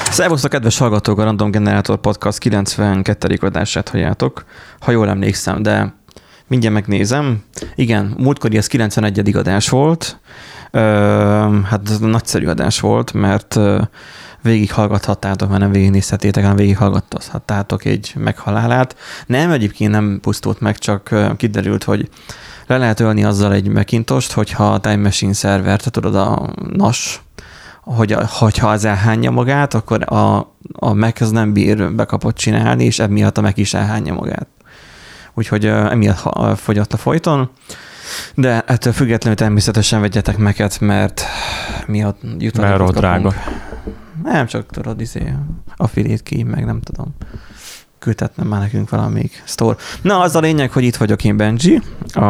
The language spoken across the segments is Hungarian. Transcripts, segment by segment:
Szervusztok, kedves hallgatók, a Random Generator Podcast 92. adását halljátok, ha jól emlékszem, de mindjárt megnézem. Igen, múltkori ez 91. adás volt. Hát nagyszerű adás volt, mert végighallgathattátok, mert nem végignézhetétek, hanem végighallgathattátok egy meghalálát. Nem, egyébként nem pusztult meg, csak kiderült, hogy le lehet ölni azzal egy Macintost, hogyha a Time Machine szervert, tudod, a NAS, hogyha az elhányja magát, akkor a Mac az nem bír bekapott csinálni, és emiatt a Mac is elhányja magát. Úgyhogy emiatt fogyott a folyton. De ettől függetlenül természetesen vegyetek Mac-et, mert miatt jutalmakat drága. Nem, csak tudod, affiliate key, meg nem tudom. Küldhetnem már nekünk valamelyik store. Na, az a lényeg, hogy itt vagyok én, Benji,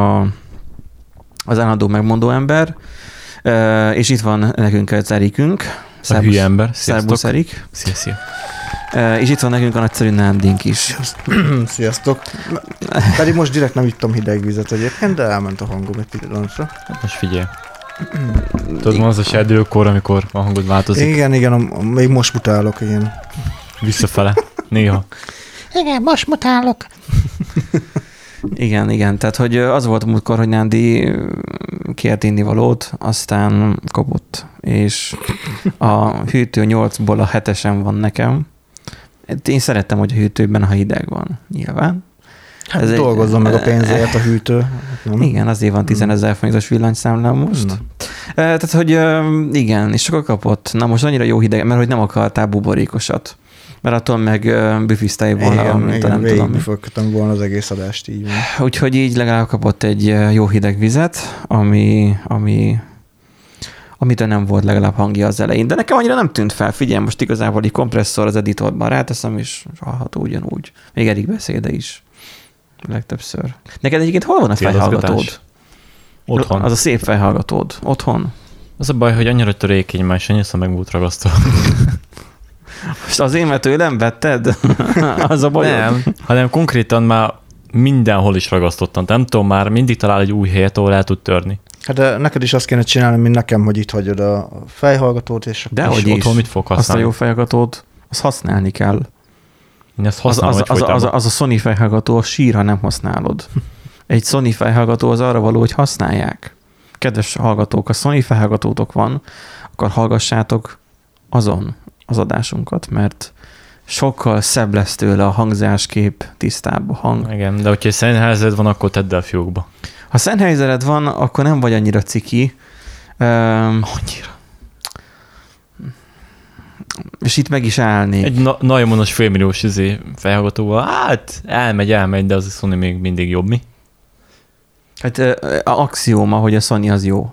az állandó megmondó ember, és itt van nekünk az Erikünk. A hülye ember. Szerbusz, Erik. Szia. És itt van nekünk a nagyszerű Nándink is. Sziasztok. Pedig most direkt nem ittam hideg vizet egyébként, de elment a hangom egy pillanatra. Hát most figyelj. Tudod, van az a serdülőkor, amikor a hangod változik. Igen, még most mutálok, igen. Visszafele, néha. Igen, most mutálok. Igen, tehát hogy az volt múltkor, hogy Nándi kért innivalót, aztán kapott, és a hűtő 8-ból a 7-esen van nekem. Én szerettem, hogy a hűtőben, ha hideg van, nyilván. Hát ez dolgozzon meg a pénzért a hűtő. Igen, azért van 10 000 forintos villanyszámlám most. Tehát, hogy igen, és akkor kapott. Na most annyira jó hideg, mert hogy nem akartál buborékosat. Mert attól meg büfiztálj volna, mint nem tudom. Igen, volna az egész adást így. Úgyhogy így legalább kapott egy jó hideg vizet, amitől nem volt legalább hangja az elején. De nekem annyira nem tűnt fel. Figyelj, most igazából egy kompresszor az editorban ráteszem, és hallható ugyanúgy. Még Erik beszéde is. Legtöbbször. Neked egyébként hol van a fejhallgatód? Otthon. Az a szép fejhallgatód. Otthon? Az a baj, hogy annyira törékeny már, és annyiszor meg volt ragasztva. Most azért, mert tőlem vetted? Az a bajod? Nem, hanem konkrétan már mindenhol is ragasztottam. Nem tudom, már mindig talál egy új helyet, ahol el tud törni. Hát de neked is azt kéne csinálni, mint nekem, hogy itt hagyod a fejhallgatót, és hogy otthon mit fog használni? Azt a jó fejhallgatót, azt használni kell. Én ezt használom, az a Sony fejhallgató, a sír, ha nem használod. Egy Sony fejhallgató az arra való, hogy használják. Kedves hallgatók, a Sony fejhallgatótok van, akkor hallgassátok azon az adásunkat, mert sokkal szebb lesz tőle a hangzáskép, tisztább a hang. Igen, de hogyha Sennheisered van, akkor tedd el fiókba. Ha Sennheisered van, akkor nem vagy annyira ciki. Annyira. És itt meg is állnék. Egy Naimonos félmilliós felhallgatóval, hát elmegy, de az a Sony még mindig jobb, mi? Hát a axióma, hogy a Sony az jó.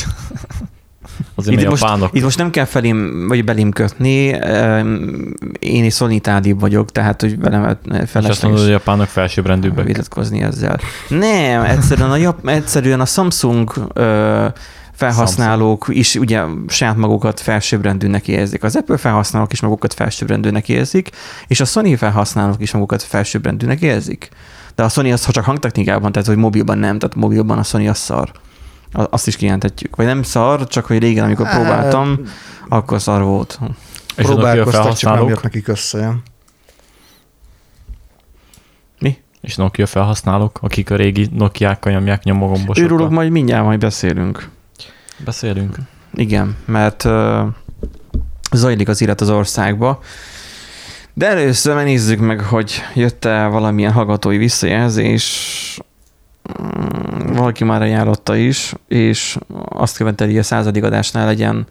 Itt most nem kell belém kötni, én is Sony tádib vagyok, tehát hogy velem felesleges. És azt mondod, hogy a japánok felsőbbrendűbbek. Vitatkozni ezzel. Nem, egyszerűen a Samsung felhasználók is ugye saját magukat felsőbbrendűnek érzik. Az Apple felhasználók is magukat felsőbbrendűnek érzik, és a Sony felhasználók is magukat felsőbbrendűnek érzik. De a Sony az, ha csak hangtechnikában, tehát hogy mobilban nem, tehát mobilban a Sony az szar. Azt is kijelentetjük. Vagy nem szar, csak hogy régen, amikor próbáltam, akkor szar volt. És próbálkoztak, csak nem jött nekik össze. Mi? És Nokia felhasználók, akik a régi Nokiákkal nyomják nyomogombosokkal. Őrülök majd mindjárt beszélünk. Igen, mert zajlik az élet az országba. De először megnézzük meg, hogy jött-e valamilyen hallgatói visszajelzés. Valaki már ajánlotta is, és azt követeli, hogy a 100. adásnál legyen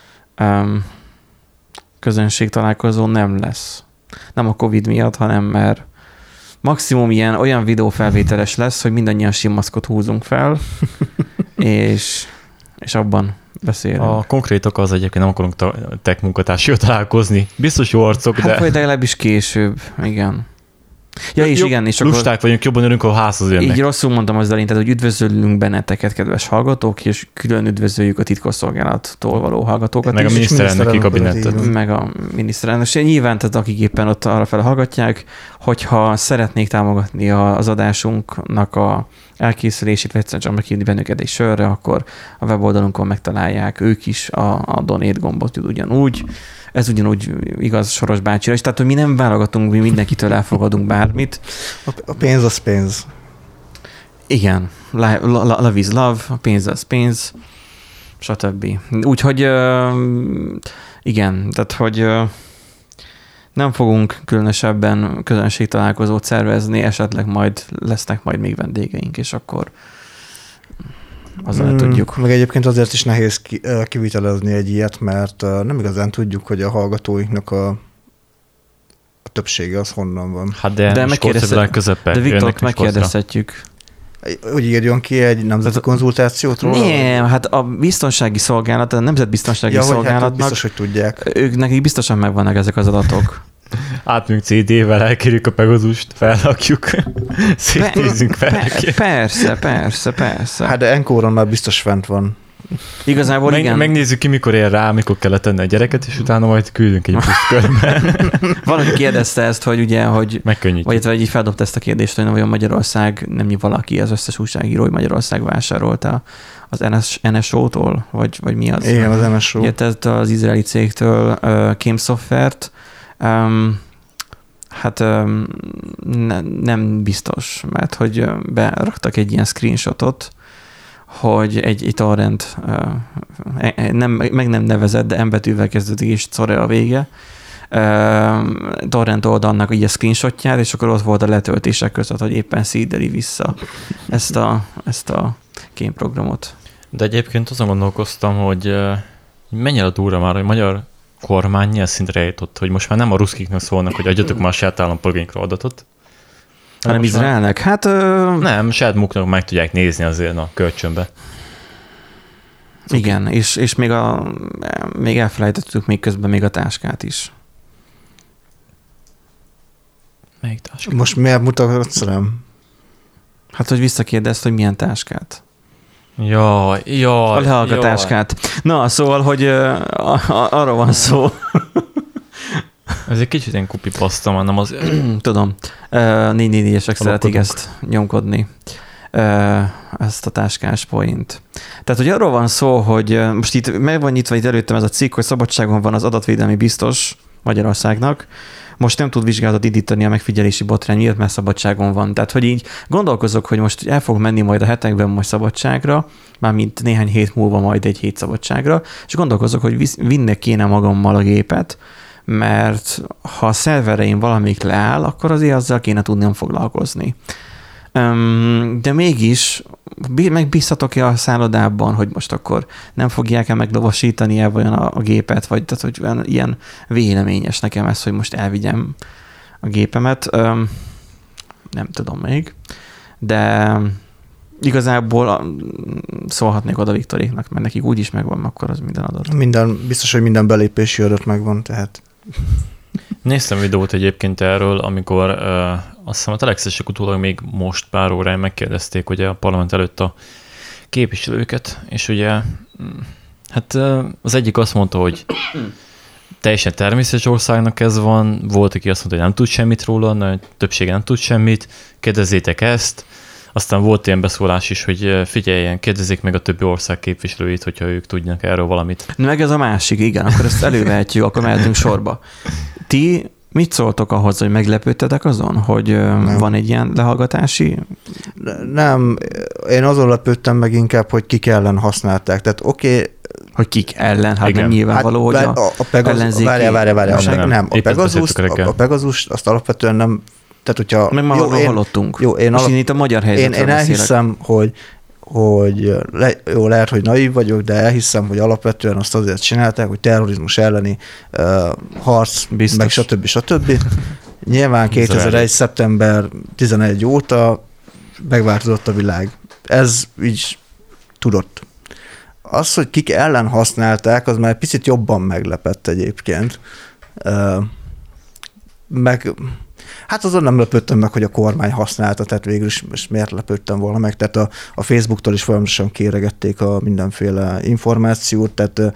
közönségtalálkozó, nem lesz. Nem a Covid miatt, hanem mert maximum olyan videófelvételes lesz, hogy mindannyian simaszkot húzunk fel, és abban beszélünk. A konkrét oka az egyébként nem akarunk tech munkatársival találkozni. Biztos jó arcok, de... Hát vagy legalábbis később, igen. Ja, és igen, és lusták akkor vagyunk, jobban örülünk, a házhoz jönnek. Így rosszul mondtam az elején, tehát, hogy üdvözöllünk benneteket, kedves hallgatók, és külön üdvözöljük a titkosszolgálattól való hallgatókat. Meg a miniszterelnöki kabinettet. Meg a miniszterelnök. Nyilván, tehát akik éppen ott arra fel hallgatják, hogyha szeretnék támogatni az adásunknak elkészülését, vagy egyszerűen csak meghívni bennünket egy sörre, akkor a weboldalunkon megtalálják ők is a donate gombot ugyanúgy. Ez ugyanúgy igaz Soros bácsira is, tehát hogy mi nem válogatunk, mi mindenkitől elfogadunk bármit. A pénz az pénz. Igen, love is love, a pénz az pénz, stb. Úgyhogy igen, tehát hogy nem fogunk különösebben közönségtalálkozót szervezni, esetleg lesznek majd még vendégeink, és akkor azzal tudjuk. Meg egyébként azért is nehéz kivitelezni egy ilyet, mert nem igazán tudjuk, hogy a hallgatóinknak a többsége az honnan van. Hát de Viktort megkérdezhetjük. Hogy írjon ki egy nemzeti konzultációt róla? Nem, hát a biztonsági szolgálat, a nemzetbiztonsági szolgálatnak... Hát biztos, hogy tudják. Nekik biztosan megvannak ezek az adatok. Átműnk CD-vel, elkérjük a Pegazust, felrakjuk, szétnézzünk fel. Persze. Hát de Encoron már biztos fent van. Igazából igen. Megnézzük ki, mikor ér rá, mikor kellett tenni a gyereket, és utána majd küldünk egy pluszkörben. Valaki kérdezte ezt, hogy ugye, hogy... Megkönnyítjük. Vagy így feldobta ezt a kérdést, hogy vajon Magyarország, nem valaki, az összes újságíró, hogy Magyarország vásárolta az NSO-tól, vagy mi az? Igen, az NSO. Ugye, tehát az izraeli cégtől Kém szoftvert. Hát nem biztos, mert hogy beraktak egy ilyen screenshotot, hogy egy torrent, meg nem nevezett, de M betűvel kezdődik, és Core a vége, torrent oldalnak így a screenshotját, és akkor ott volt a letöltések között, hogy éppen szídeli vissza ezt a kémprogramot. De egyébként azon gondolkoztam, hogy mennyire durva már, hogy magyar kormány ilyen szintre eljutott, hogy most már nem a ruszkiknak szólnak, hogy adjatok már a saját állampolgainkra adatot, hanem Izraelnek? Hát... Nem, saját muknak meg tudják nézni azért a kölcsönbe. Igen, és még elfelejtettük még közben még a táskát is. Melyik táskát? Most miért mutatsz rám? Hát, hogy visszakérdezt, hogy milyen táskát. Jaj. A lehallgatáskát. Na, szóval, hogy arra van szó. Ez egy kicsit ilyen kupipaszta, már nem az... Tudom. 4-4-esek szeretik ezt nyomkodni. Ezt a táskás point. Tehát, hogy arról van szó, hogy most itt meg van nyitva itt előttem ez a cikk, hogy szabadságon van az adatvédelmi biztos Magyarországnak. Most nem tud vizsgálatot indítani a megfigyelési botrány miatt, mert szabadságon van. Tehát, hogy így gondolkozok, hogy most el fog menni majd a hetekben majd szabadságra, mármint néhány hét múlva majd egy hét szabadságra, és gondolkozok, hogy vinnek kéne magammal a gépet, mert ha a szervereim valamelyik leáll, akkor azért azzal kéne tudnom foglalkozni. De mégis megbízhatok-e a szállodában, hogy most akkor nem fogják-e meglovasítani el vajon a gépet, vagy tehát, hogy ilyen véleményes nekem ez, hogy most elvigyem a gépemet. Nem tudom még, de igazából szólhatnék oda Viktoréknak, mert nekik úgyis megvan, akkor az minden adat. Biztos, hogy minden belépési adat megvan, tehát... Néztem videót egyébként erről, amikor azt hiszem a telexesek utólag még most pár órája megkérdezték ugye a parlament előtt a képviselőket, és ugye hát az egyik azt mondta, hogy teljesen természetes országnak ez van, volt, aki azt mondta, hogy nem tud semmit róla, a többsége nem tud semmit, kérdezzétek ezt. Aztán volt ilyen beszólás is, hogy figyeljen, kérdezzék meg a többi ország képviselőit, hogyha ők tudnak erről valamit. Meg ez a másik, igen, akkor ezt elővehetjük, akkor mehetünk sorba. Ti mit szóltok ahhoz, hogy meglepődtetek azon, hogy van egy ilyen lehallgatási? Nem, én azon lepődtem meg inkább, hogy kik ellen használták. Tehát oké. Hogy kik ellen? Hát igen. Nem nyilvánvaló, hogy a ellenzéki... Várjál. Nem, a Pegazust azt alapvetően nem... Tehát, hogyha... Meg már hallottunk. Jó, most itt a magyar helyzetről én elhiszem, hogy lehet, hogy naív vagyok, de elhiszem, hogy alapvetően azt azért csinálták, hogy terrorizmus elleni harc, biztos. Meg stb. Nyilván 2001. szeptember 11 óta megváltozott a világ. Ez így tudott. Az, hogy kik ellen használták, az már picit jobban meglepett egyébként. Hát azon nem lepődtem meg, hogy a kormány használta, tehát végül is most miért lepődtem volna meg. Tehát a Facebooktól is folyamatosan kéregették a mindenféle információt, tehát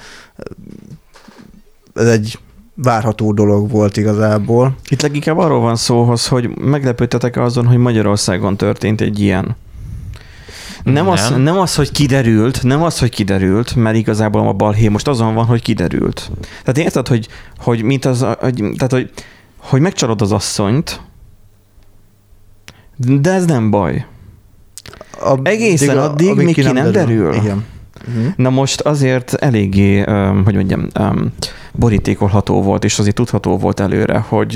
ez egy várható dolog volt igazából. Itt leginkább arról van szó, hogy meglepődtetek azon, hogy Magyarországon történt egy ilyen. Nem az, hogy kiderült, mert igazából a balhé most azon van, hogy kiderült. Tehát érted, hogy mint az, hogy megcsalod az asszonyt, de ez nem baj. Egészen addig, míg ki nem derül. Igen. Na most azért eléggé, borítékolható volt, és azért tudható volt előre,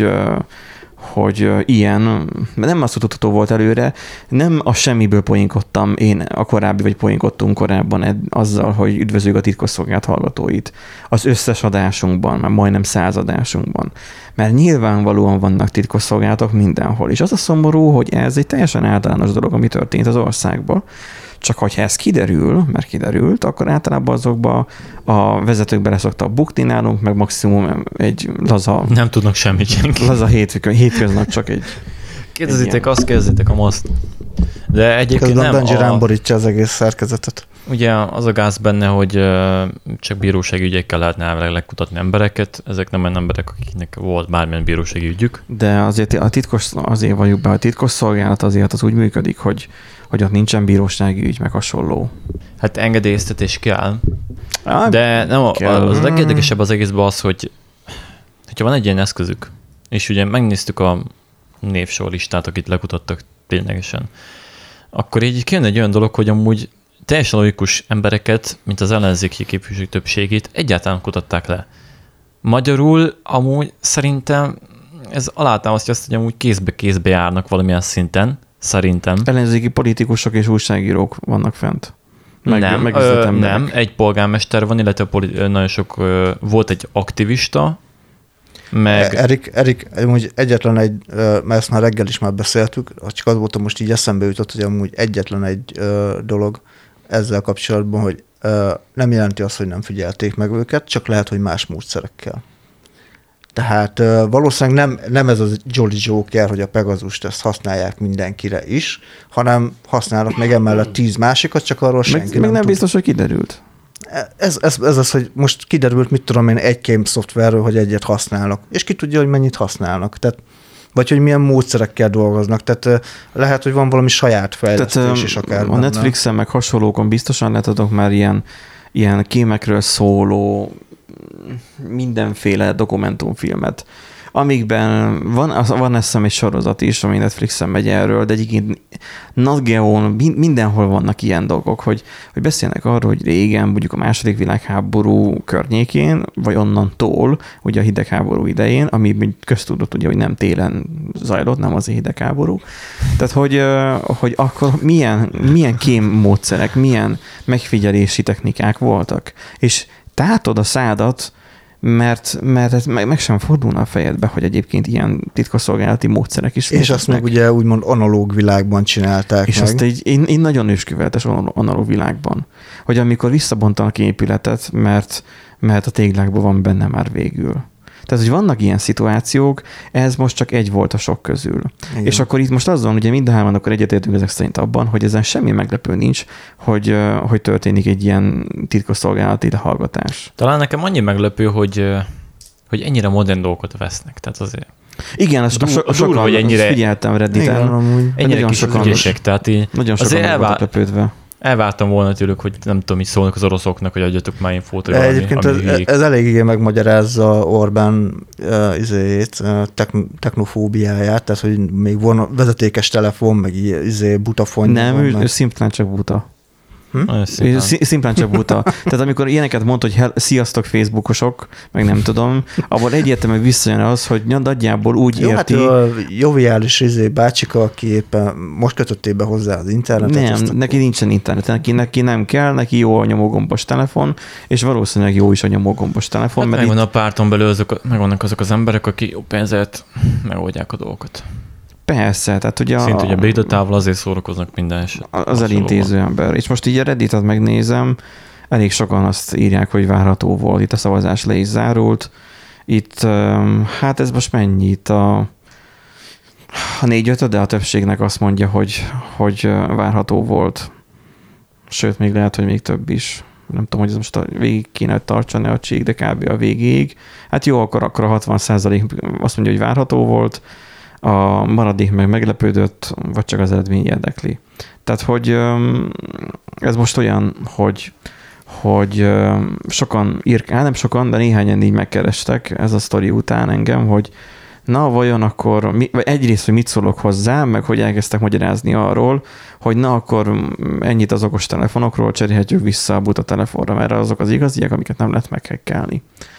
hogy ilyen, nem azt tudható volt előre, nem a semmiből poénkodtam én vagy poénkodtunk korábban azzal, hogy üdvözlők a titkosszolgálat hallgatóit az összes adásunkban, már majdnem 100 adásunkban. Mert nyilvánvalóan vannak titkosszolgálatok mindenhol, és az a szomorú, hogy ez egy teljesen általános dolog, ami történt az országban. Csak hogyha ez kiderült, akkor általában azokba a vezetők bele szoktak bukni nálunk, meg maximum egy laza... Nem tudnak semmit senki. Laza hétköznap csak egy... Kérdezitek, azt kezditek a most. De egyébként közben nem... Közben rám borítja az egész szerkezetet. Ugye az a gáz benne, hogy csak bírósági ügyekkel lehetne elvileg lekutatni embereket. Ezek nem olyan emberek, akiknek volt bármilyen bírósági ügyük. De azért azért valljuk be, a titkosszolgálat azért az úgy működik, hogy ott nincsen bírósági ügy, meg hasonló. Hát engedélyeztetés kell. De nem, az legérdekesebb az egészben az, hogyha van egy ilyen eszközük, és ugye megnéztük a névsorlistát, akit lekutattak ténylegesen, akkor így kijön egy olyan dolog, hogy amúgy teljesen logikus embereket, mint az ellenzéki képviselők többségét egyáltalán kutatták le. Magyarul amúgy szerintem ez alátámasztja azt, hogy amúgy kézbe járnak valamilyen szinten, szerintem. Ellenzéki politikusok és újságírók vannak fent. Nem, egy polgármester van, illetve nagyon sok volt egy aktivista, meg... Erik, amúgy egyetlen egy, mert ezt már reggel is már beszéltük, csak az voltam most így eszembe jutott, hogy amúgy egyetlen egy dolog ezzel kapcsolatban, hogy nem jelenti azt, hogy nem figyelték meg őket, csak lehet, hogy más módszerekkel. Tehát valószínűleg nem ez a Jolly Joker, hogy a Pegazust ezt használják mindenkire is, hanem használnak még emellett 10 másikat, csak arról senki nem tud. Biztos, hogy kiderült. Ez az, hogy most kiderült, mit tudom én, egy kém szoftverről, hogy egyet használnak, és ki tudja, hogy mennyit használnak. Tehát, vagy hogy milyen módszerekkel dolgoznak. Tehát lehet, hogy van valami saját fejlesztés is akár. A Netflixen meg hasonlókon biztosan láthatok már ilyen kémekről szóló mindenféle dokumentumfilmet, amikben van azt hiszem egy sorozat is, ami Netflixen megy erről, de egyébként Nat Geo-n mindenhol vannak ilyen dolgok, hogy beszélnek arról, hogy régen, mondjuk a II. Világháború környékén, vagy onnantól, ugye a hidegháború idején, ami köztudott, ugye, hogy nem télen zajlott, nem az hidegháború. Tehát, hogy akkor milyen kém módszerek, milyen megfigyelési technikák voltak. És tátod a szádat, mert meg sem fordulna a fejedbe, hogy egyébként ilyen titkosszolgálati módszerek is. És azt meg ugye úgymond analóg világban csinálták és meg. Azt én nagyon ősküveltes analóg világban, hogy amikor visszabontanak épületet, mert a téglákban van benne már végül. Tehát, hogy vannak ilyen szituációk, ez most csak egy volt a sok közül. Igen. És akkor itt most azon, ugye mindhárman akkor egyetértünk ezek szerint abban, hogy ezen semmi meglepő nincs, hogy történik egy ilyen titkosszolgálati lehallgatás. Talán nekem annyi meglepő, hogy ennyire modern dolgokat vesznek. Tehát azért... Igen, sokan, hogy ennyire, figyeltem Redditen. Ennyire kis ügyesek, tehát így nagyon sokan voltak lepődve. Elvártam volna tőlük, hogy nem tudom, mit szólnak az oroszoknak, hogy adjatok már infót. Egyébként ez eléggé megmagyarázza Orbán technofóbiáját, tehát hogy még van vezetékes telefon, meg butafon. Nem, ő szimplán csak buta. Szimplán csak buta. Tehát amikor ilyeneket mond, hogy sziasztok Facebookosok, meg nem tudom, abból egyértelműen visszajön az, hogy nagyjából úgy érti. Hát a joviális bácsika, aki éppen most kötötték be hozzá az internetet. Nem, neki nincsen internet, neki nem kell, neki jó a nyomógombos telefon, és valószínűleg jó is a nyomógombos telefon. Hát megvan a párton belül megvannak azok az emberek, akik jó pénzért megoldják a dolgokat. Persze, tehát ugye szint ugye bétatával azért szórakoznak minden eset. Az elintéző ember. És most így a Redditet megnézem, elég sokan azt írják, hogy várható volt. Itt a szavazás le is zárult. Itt, hát ez most mennyi? Itt a 4/5, de a többségnek azt mondja, hogy várható volt. Sőt, még lehet, hogy még több is. Nem tudom, hogy ez most végig kéne tartsani a csík, de kb. A végéig. Hát jó, akkor a 60% azt mondja, hogy várható volt. A maradék meg meglepődött, vagy csak az eredmény érdekli. Tehát, hogy ez most olyan, hogy sokan nem sokan, de néhányan így megkerestek ez a sztori után engem, hogy na vajon akkor, vagy egyrészt, hogy mit szólok hozzá, meg hogy elkezdtek magyarázni arról, hogy na akkor ennyit az okos telefonokról cserélhetjük vissza a buta telefonra, mert azok az igaziak, amiket nem lehet meghekkelni.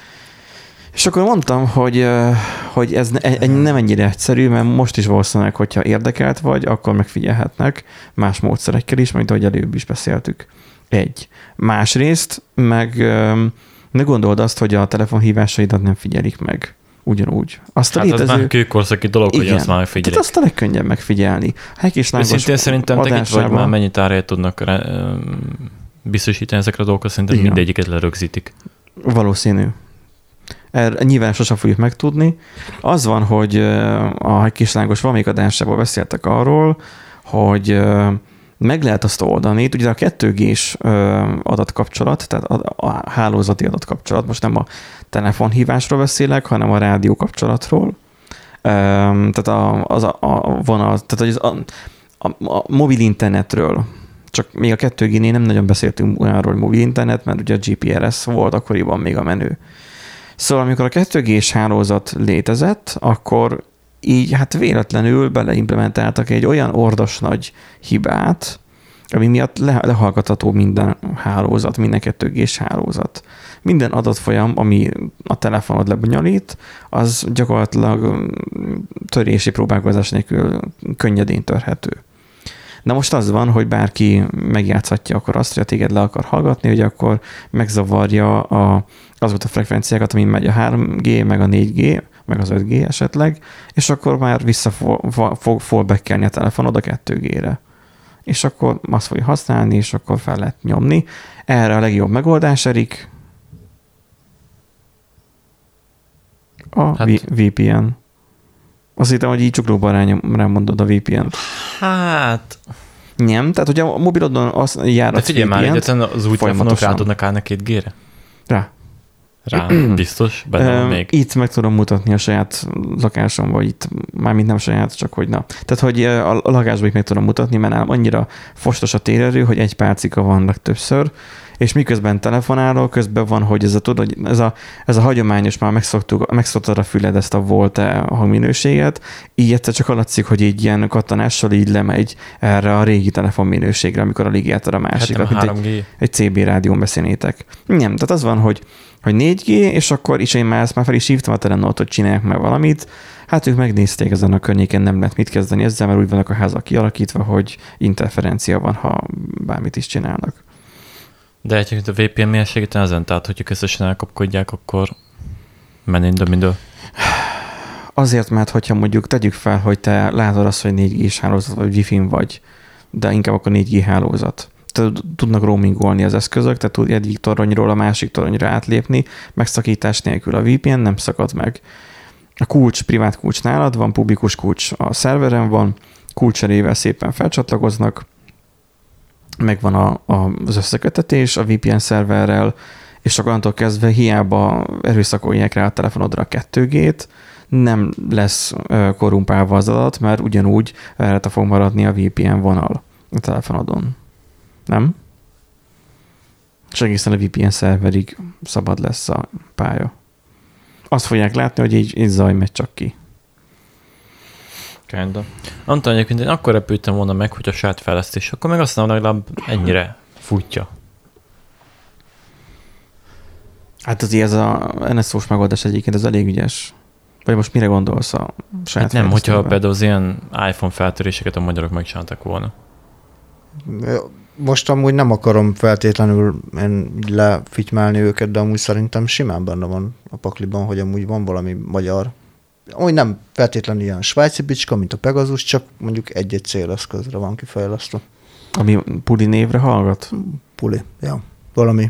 És akkor mondtam, hogy ez nem ennyire egyszerű, mert most is valószínűleg, hogyha érdekelt vagy, akkor megfigyelhetnek más módszerekkel is, mint ahogy előbb is beszéltük. Másrészt meg ne gondold azt, hogy a telefonhívásaidat nem figyelik meg. Ugyanúgy. Azt a létező... ez már kőkorszaki dolog, igen, hogy azt már megfigyelik. Tehát azt a legkönnyebb megfigyelni. Szintén szerintem te itt vagy már mennyit árát tudnak biztosítani ezekre a dolgokra, szerintem mindegyiket lerögzítik. Valószínű. Nyilván sosem fogjuk megtudni. Az van, hogy a kislángos valamelyik adásában beszéltek arról, hogy meg lehet azt oldani, ugye a 2G-s adatkapcsolat, tehát a hálózati adatkapcsolat, most nem a telefonhívásról beszélek, hanem a rádiókapcsolatról. Tehát a vonal, tehát a mobil internetről. Csak még a 2G-nél nem nagyon beszéltünk olyanról, hogy mobil internet, mert ugye a GPRS volt akkoriban még a menő. Szóval amikor a 2G-s hálózat létezett, akkor így hát véletlenül beleimplementáltak egy olyan ordas nagy hibát, ami miatt lehallgatható minden hálózat, minden 2G-s hálózat. Minden adatfolyam, ami a telefonod lebonyolít, az gyakorlatilag törési próbálkozás nélkül könnyedén törhető. De most az van, hogy bárki megjátszhatja akkor azt, hogy téged le akar hallgatni, hogy akkor megzavarja azokat a frekvenciákat, ami megy a 3G, meg a 4G, meg az 5G esetleg, és akkor már vissza fog fallbackelni a telefonod a 2G-re. És akkor azt fogja használni, és akkor fel lehet nyomni. Erre a legjobb megoldás, Erik, a VPN. Azt hittem, hogy így csuklóban rám mondod a VPN-t. Hát... Nem, tehát hogy a mobilodon az járat. De figyelj már, egyetlen az új telefonok rá tudnak állni 2G-re? Rá, biztos, benne van még. Itt meg tudom mutatni a saját lakásom, vagy itt, mármint nem saját, csak hogy na. Tehát, hogy a lakásban meg tudom mutatni, mert nálam annyira fostos a térerő, hogy egy pálcika van legtöbbször, és miközben telefonálok, közben van, hogy ez a hagyományos, már megszoktad a füled ezt a VoLTE hangminőséget, így egyszer csak hallatszik, hogy így ilyen kattanással így lemegy erre a régi telefonminőségre, amikor alig érted a másikat, hát egy CB rádión beszélnétek. Nem, tehát az van, hogy 4G, és akkor is én már ezt már fel is hívtam a Telenort, hogy csinálják meg valamit. Hát ők megnézték ezen a környéken, nem lehet mit kezdeni ezzel, mert úgy vannak a házak kialakítva, hogy interferencia van, ha bármit is csinálnak. De egyébként a VPN miért segítene ezen? Tehát, hogyha közösen elkapkodják, akkor menni mindől? Azért, mert hogyha mondjuk tegyük fel, hogy te látod azt, hogy 4G-s hálózat, vagy Wi-Fi-n vagy, de inkább akkor 4G hálózat. Tudnak roamingolni az eszközök, tehát tud egyik toronyról a másik toronyra átlépni, megszakítás nélkül a VPN nem szakad meg. A privát kulcs nálad van, publikus kulcs a szerveren van, kulcserével szépen felcsatlakoznak, megvan az összekötetés a VPN szerverrel, és akkor onnantól kezdve hiába erőszakolják rá a telefonodra a 2G-t, nem lesz korrumpálva az adat, mert ugyanúgy rajta fog maradni a VPN vonal a telefonodon. Nem? És egészen a VPN szerverig szabad lesz a pálya. Azt fogják látni, hogy így zaj megy csak ki. Kinda. Antal, egyébként én akkor repültem volna meg, hogy a saját fejlesztés, akkor meg aztán legalább ennyire futja. Hát azért ez a NSO-s megoldás egyébként ez elég ügyes. Vagy most mire gondolsz a saját hát nem, hogyha például az ilyen iPhone feltöréseket a magyarok megcsináltak volna. Most amúgy nem akarom feltétlenül lefitymálni őket, de amúgy szerintem simán benne van a pakliban, hogy amúgy van valami magyar. Amúgy nem feltétlenül ilyen svájci bicska, mint a Pegasus, csak mondjuk egy-egy céleszközre van kifejlesztve. Ami Puli névre hallgat? Puli, ja. Valami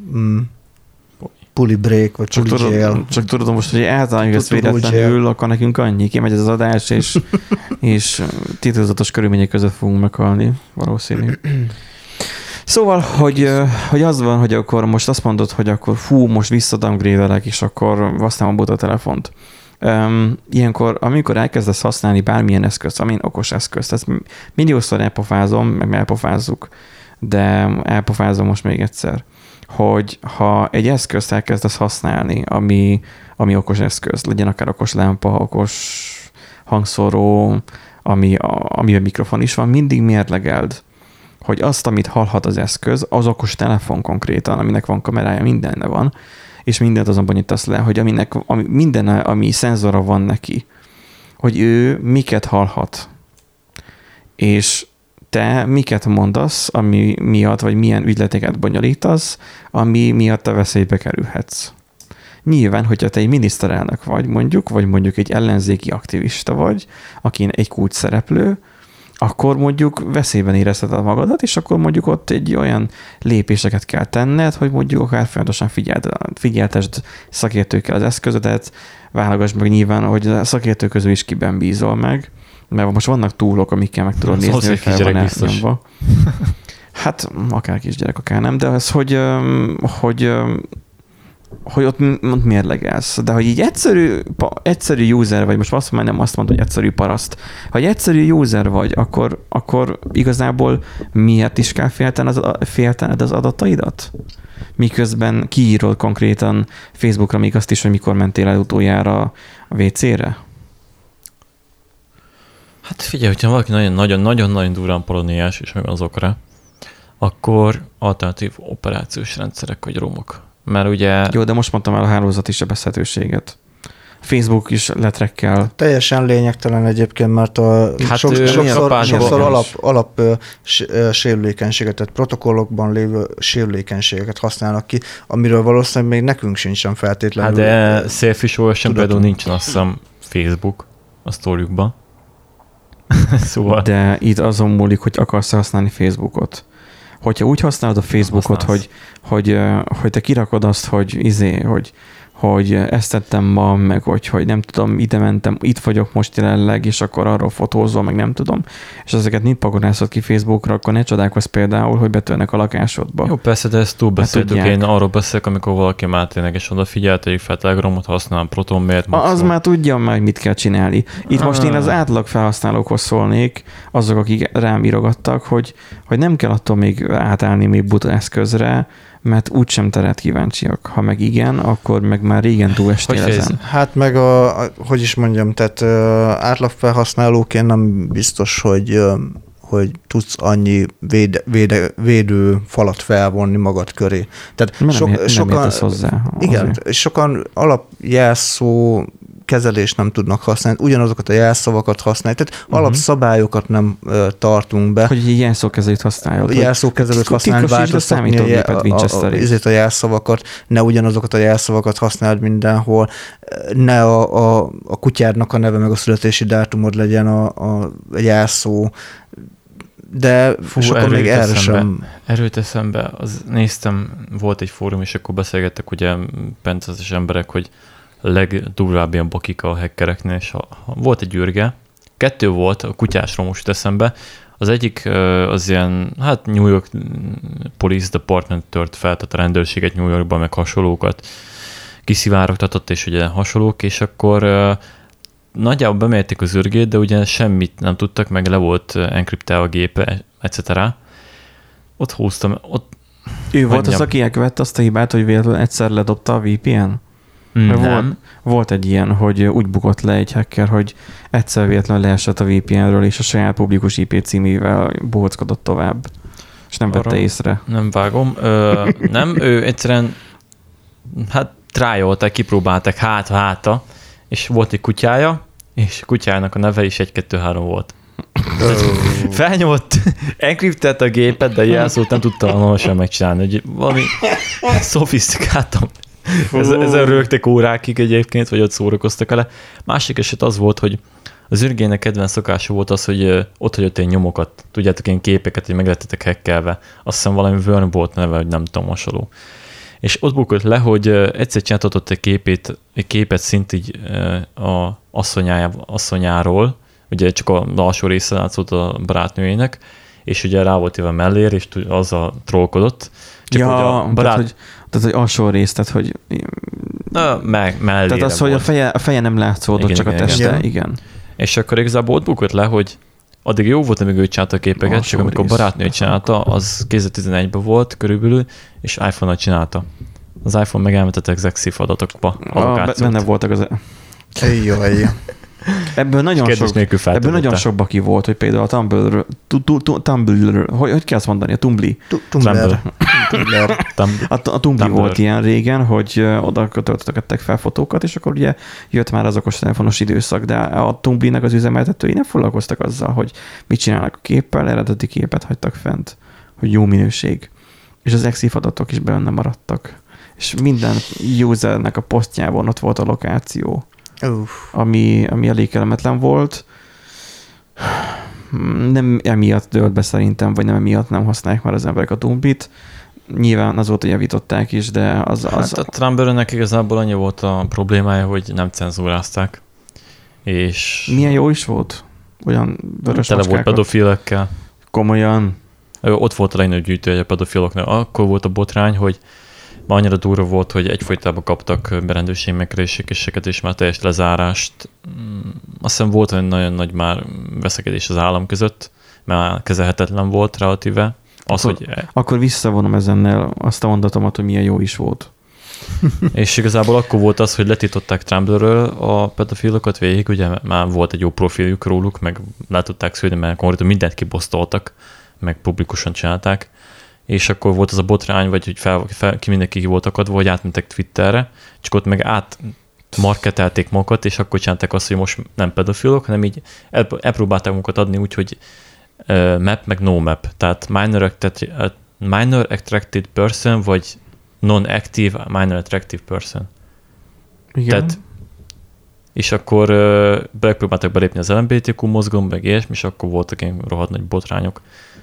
Puli break, vagy Puli jail. Csak tudod most, hogy eltaláljuk ezt véletlenül, akkor nekünk annyi, kimegy ez az adás, és titokzatos körülmények között fogunk meghalni, valószínű. Szóval, hogy az van, hogy akkor most azt mondod, hogy akkor most visszadowngrade-elek, és akkor használom a buta telefont. Ilyenkor, amikor elkezdesz használni bármilyen eszközt, amilyen okos eszközt, ezt milliószor elpofázom, meg elpofázzuk, de elpofázom most még egyszer, hogy ha egy eszközt elkezdesz használni, ami okos eszköz, legyen akár okos lámpa, okos hangszóró, amiben mikrofon is van, mindig mérlegeld, hogy azt, amit hallhat az eszköz, az okos telefon konkrétan, aminek van kamerája, mindenne van, és mindent azon bonyítasz le, hogy minden, ami szenzora van neki, hogy ő miket hallhat. És te miket mondasz, ami miatt, vagy milyen ügyleteket bonyolítasz, ami miatt te veszélybe kerülhetsz. Nyilván, hogyha te egy miniszterelnök vagy mondjuk egy ellenzéki aktivista vagy, aki egy kulcs szereplő, akkor mondjuk veszélyben érezheted magadat, és akkor mondjuk ott egy olyan lépéseket kell tenned, hogy mondjuk akár folyamatosan figyeltesd szakértőkkel az eszközödet, válogass meg nyilván, hogy a szakértők közül is kiben bízol meg, mert most vannak túlok, amikkel meg tudod nézni, hogy fel van elnyomva. Hát akár kisgyerek, akár nem, de az, hogy ott mérlegelsz. De hogy így egyszerű user vagy, most nem azt mondom, hogy egyszerű paraszt. Ha egy egyszerű user vagy, akkor igazából miért is kell féltened az adataidat? Miközben kiírod konkrétan Facebookra még azt is, hogy mikor mentél el utoljára a WC-re? Hát figyelj, hogyha valaki nagyon-nagyon durván paranoiás és megvan az okra, akkor alternatív operációs rendszerek vagy romok. Mert ugye... Jó, de most mondtam el a hálózati sebezhetőséget. Facebook is letrekkel. Teljesen lényegtelen egyébként, mert sokszor alap sérülékenységet, tehát protokollokban lévő sérülékenységeket használnak ki, amiről valószínűleg még nekünk sincsen feltétlenül. Hát de selfish sem például nincsen, azt hiszem, Facebook a sztoriukban. Szóval... De itt azon múlik, hogy akarsz használni Facebookot. Hogyha úgy használod a Facebookot, hogy te kirakod azt, hogy ezt tettem ma, meg hogy nem tudom, ide mentem, itt vagyok most jelenleg, és akkor arról fotózol, meg nem tudom, és ezeket mind pakonászod ki Facebookra, akkor ne csodálkozz például, hogy betörnek a lakásodba. Jó, persze, de ezt túlbeszéltük. Én arról beszélek, amikor valaki már tényleg, és odafigyelt, hogy fel Telegramot használ, Proton miért. Az már tudja meg, mit kell csinálni. Itt most én az átlag felhasználókhoz szólnék, azok, akik rám írogattak, hogy nem kell attól még átállni még buta eszközre, mert úgysem te kíváncsiak. Ha meg igen, akkor meg már régen túlestél ezen. Hát meg hogy is mondjam, tehát átlagfelhasználóként nem biztos, hogy tudsz annyi védő falat felvonni magad köré. Tehát sokan hozzá. Igen, sokan alapjelszó kezelést nem tudnak használni, ugyanazokat a jelszavakat használni, tehát alapszabályokat nem tartunk be. Hogy egy jelszókezelőt használjuk. Jelszókezelőt használni, változtatni a jelszavakat, ne ugyanazokat a jelszavakat használd mindenhol, ne a kutyádnak a neve meg a születési dátumod legyen a jelszó, de sokan még erre sem. Erőt eszembe, néztem, volt egy fórum, és akkor beszélgettek ugye pentezes emberek, hogy legdurvább ilyen bakika a hackereknél, és volt egy űrge, 2 volt, a kutyásról most eszembe, az egyik az ilyen, hát New York Police Department tört fel, tehát a rendőrséget New Yorkban, meg hasonlókat kiszivárogtatott, és ugye hasonlók, és akkor nagyjából bemérték az űrgét, de ugye semmit nem tudtak, meg le volt enkriptálva a gépe, etc. Ott húztam, Ő volt az, aki elkövette azt a hibát, hogy véletlenül egyszer ledobta a VPN? Volt egy ilyen, hogy úgy bukott le egy hacker, hogy egyszer véletlenül leesett a VPN-ről, és a saját publikus IP címével bohóckodott tovább. És nem vette észre. Nem vágom. Nem, ő egyszerűen trájolták, kipróbálták háta, és volt egy kutyája, és a kutyának a neve is 1-2-3 volt. Felnyomott, enkriptált a gépet, de a jelszót nem tudta anonosan megcsinálni, hogy valami szofisztikáltam. Ezen rögtek órákig egyébként, vagy ott szórakoztak vele. Másik eset az volt, hogy az űrgének kedvenc szokása volt az, hogy ott hagyott ilyen nyomokat, tudjátok, ilyen képeket, hogy meg lettetek hackelve. Azt hiszem valami Worm volt neve, hogy nem tudom, hasonló. És ott bukott le, hogy egyszer csináltatott egy képet szint így a asszonyáról, ugye csak a alsó része látszott a barátnőjének, és ugye rá volt éve mellér, és azzal trollkodott. Csak hogy tehát, hogy alsó rész, tehát, hogy Mellére Tehát az, hogy a feje nem látszódott, csak a teste, igen. És akkor igazából ott bukott le, hogy addig jó volt, amíg ő csinálta a képeket, csak amikor barátnő csinálta, az 2011-ben volt körülbelül, és iPhone-nal csinálta. Az iPhone meg elmetett executive adatokba. Benne voltak az... Jaj. Ebből nagyon sok baki volt, hogy például a Tumblr, hogy kell azt mondani, a Tumbli? Tumblr. A Tumbli volt ilyen régen, hogy oda töltöttek fel fotókat, és akkor ugye jött már az okostelefonos időszak, de a Tumblinek az üzemeltetői nem foglalkoztak azzal, hogy mit csinálnak a képpel, eredeti képet hagytak fent, hogy jó minőség. És az EXIF adatok is benne maradtak. És minden usernek a posztjában ott volt a lokáció. Ami elég kellemetlen volt. Nem emiatt dőlt be szerintem, vagy nem emiatt nem használják már az emberek a Tumblit. Nyilván azóta javították is, de az... Hát a Tumblr-nek igazából annyi volt a problémája, hogy nem cenzúrázták. És... Milyen jó is volt? Olyan vörös tele volt pedofilekkel. Komolyan? Ott volt a legnagyobb gyűjtője a pedofiloknak. Akkor volt a botrány, hogy annyira durva volt, hogy egyfolytában kaptak berendőség megkereséseket és már teljes lezárást. Azt hiszem volt egy nagyon nagy már veszekedés az állam között, mert kezelhetetlen volt relatíve. Akkor visszavonom ezennel azt a mondatomat, hogy milyen jó is volt. És igazából akkor volt az, hogy letították Tumblrről a pedofilokat végig, ugye már volt egy jó profiljuk róluk, meg látották szülni, mert konkrétan mindent kibosztoltak, meg publikusan csinálták. És akkor volt az a botrány, vagy hogy ki mindenki ki volt akadva, hogy átmentek Twitterre, csak ott meg átmarketelték magukat, és akkor csinálták azt, hogy most nem pedofilok, hanem így elpróbálták magukat adni úgy, hogy map meg no map. Tehát minor attracted person, vagy non-active minor attractive person. Igen. Tehát, és akkor megpróbáltak belépni az LMBTQ mozgalomba, meg ilyesmi, és akkor voltak ilyen rohadt nagy botrányok.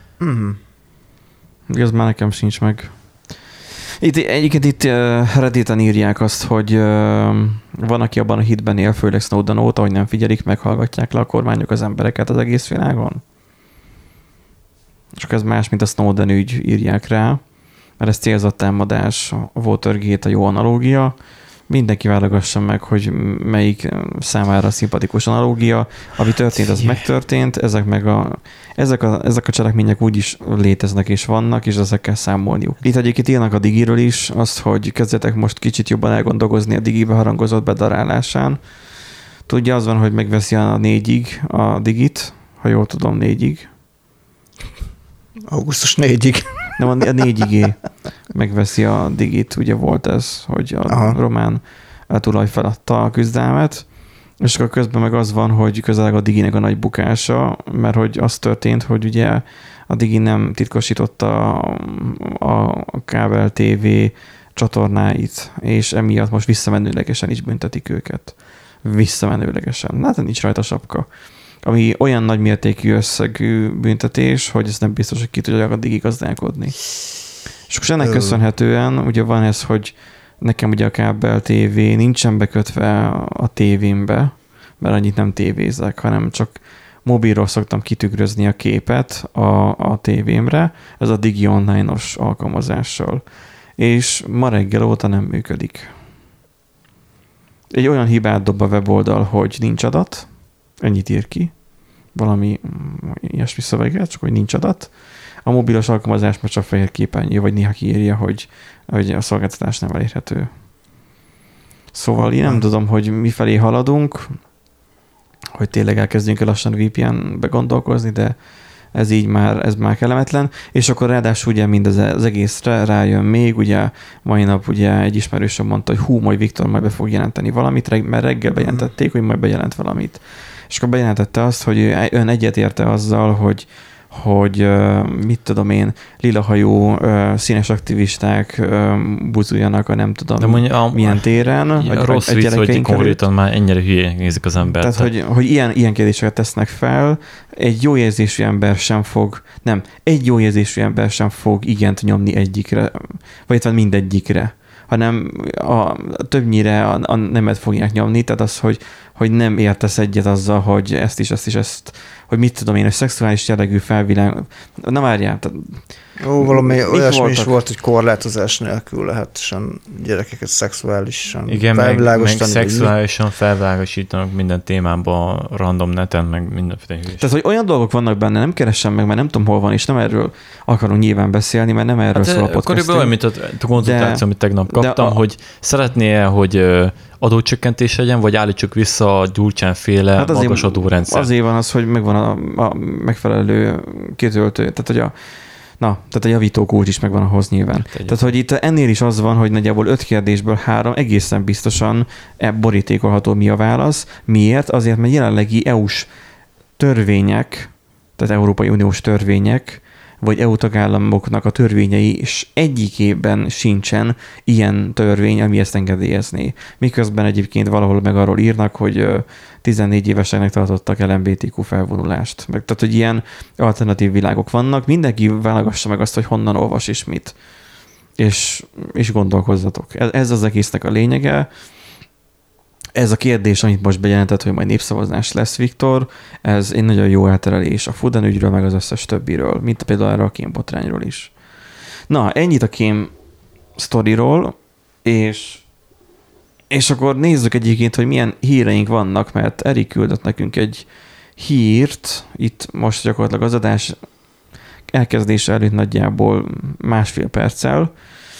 Ez már nekem sincs meg. Itt Redditen írják azt, hogy van, aki abban a hitben él, főleg Snowden óta, hogy nem figyelik, meghallgatják le a kormányok az embereket az egész világon. Csak ez más, mint a Snowden ügy, írják rá, mert ez célzott támadás, a Watergate a jó analógia. Mindenki válogassa meg, hogy melyik számára szimpatikus analógia. Ami történt, az megtörtént, ezek a cselekmények úgyis léteznek és vannak, és ezekkel számolniuk. Itt egyébként írnak a Digiről is, azt, hogy kezdjetek most kicsit jobban elgondolkozni a Digibe harangozott bedarálásán. Tudja, az van, hogy megveszi a 4-ig a Digit, ha jól tudom, 4-ig. Augusztus 4-ig. Nem, a 4-ig megveszi a Digit, ugye volt ez, hogy a román tulaj feladta a küzdelmet, és akkor közben meg az van, hogy közeleg a Diginek a nagy bukása, mert hogy az történt, hogy ugye a Digi nem titkosította a kábel TV csatornáit, és emiatt most visszamenőlegesen is büntetik őket. Visszamenőlegesen. Hát nincs rajta sapka. Ami olyan nagy mértékű összegű büntetés, hogy ez nem biztos, hogy ki tudja a Digi gazdálkodni. És akkor ennek köszönhetően ugye van ez, hogy nekem ugye a kábel TV nincsen bekötve a tévémbe, mert annyit nem tévézek, hanem csak mobilról szoktam kitükrözni a képet a tévémre, ez a Digi online-os alkalmazással. És ma reggel óta nem működik. Egy olyan hibát dob a weboldal, hogy nincs adat, ennyit ír ki, valami ilyesmi szöveget, csak hogy nincs adat. A mobilos alkalmazás már csak fehér képernyő, vagy néha kiírja, hogy a szolgáltatás nem elérhető. Szóval én nem tudom, hogy mifelé haladunk, hogy tényleg elkezdjünk el lassan VPN-be gondolkozni, de ez már kellemetlen. És akkor ráadásul ugye mindez az egészre rájön még, ugye mai nap ugye egy ismerősöm mondta, hogy majd Viktor majd be fog jelenteni valamit, mert reggel bejelentették, hogy majd bejelent valamit. És akkor bejelentette azt, hogy ön egyetérte azzal, hogy mit tudom én, lilahajú színes aktivisták buzuljanak a nem tudom milyen téren. A rossz vicc, hogy konkrétan már ennyire hülyén nézik az embert. Tehát, hogy ilyen kérdéseket tesznek fel, egy jó érzésű ember sem fog igent nyomni egyikre, vagy mindegyikre, hanem többnyire a nemet fogják nyomni, tehát az, hogy nem értesz egyet azzal, hogy ezt, hogy mit tudom én, a szexuális jellegű felvilág... Na várjál, Jó, valami olyasmi is volt, hogy korlátozás nélkül lehetsen gyerekeket szexuálisan felvilágosítani. Meg szexuálisan felvilágosítanak minden témában, random neten, meg mindenféle hülyés. Tehát, hogy olyan dolgok vannak benne, nem keresem meg, mert nem tudom, hol van, és nem erről akarunk nyilván beszélni, mert nem erről szól a podcast. Körülbelül olyan, mint a konzultáció, amit tegnap kaptam, hogy szeretné-e, hogy adócsökkentés legyen, vagy állítsuk vissza a Gyurcsánféle magas adórendszer. Azért van az, hogy megvan a megfelelő kitöltő, tehát a javítókulcs is megvan ahhoz nyilván. Tehát, hogy itt ennél is az van, hogy nagyjából 5 kérdésből 3 egészen biztosan borítékolható mi a válasz. Miért? Azért, mert jelenlegi EU-s törvények, tehát Európai Uniós törvények, vagy EU tagállamoknak a törvényei, és egyikében sincsen ilyen törvény, ami ezt engedélyezné. Miközben egyébként valahol meg arról írnak, hogy 14 éveseknek tartottak LMBTQ felvonulást. Tehát, hogy ilyen alternatív világok vannak, mindenki válogassa meg azt, hogy honnan olvas és mit. És gondolkozzatok. Ez az egésznek a lényege. Ez a kérdés, amit most bejelentett, hogy majd népszavazás lesz, Viktor, ez egy nagyon jó elterelés a Fuden ügyről, meg az összes többiről, mint például erre a kém botrányról is. Na, ennyit a kém sztoriról, és akkor nézzük egyébként, hogy milyen híreink vannak, mert Erik küldött nekünk egy hírt, itt most gyakorlatilag az adás elkezdése előtt nagyjából 1,5 perccel,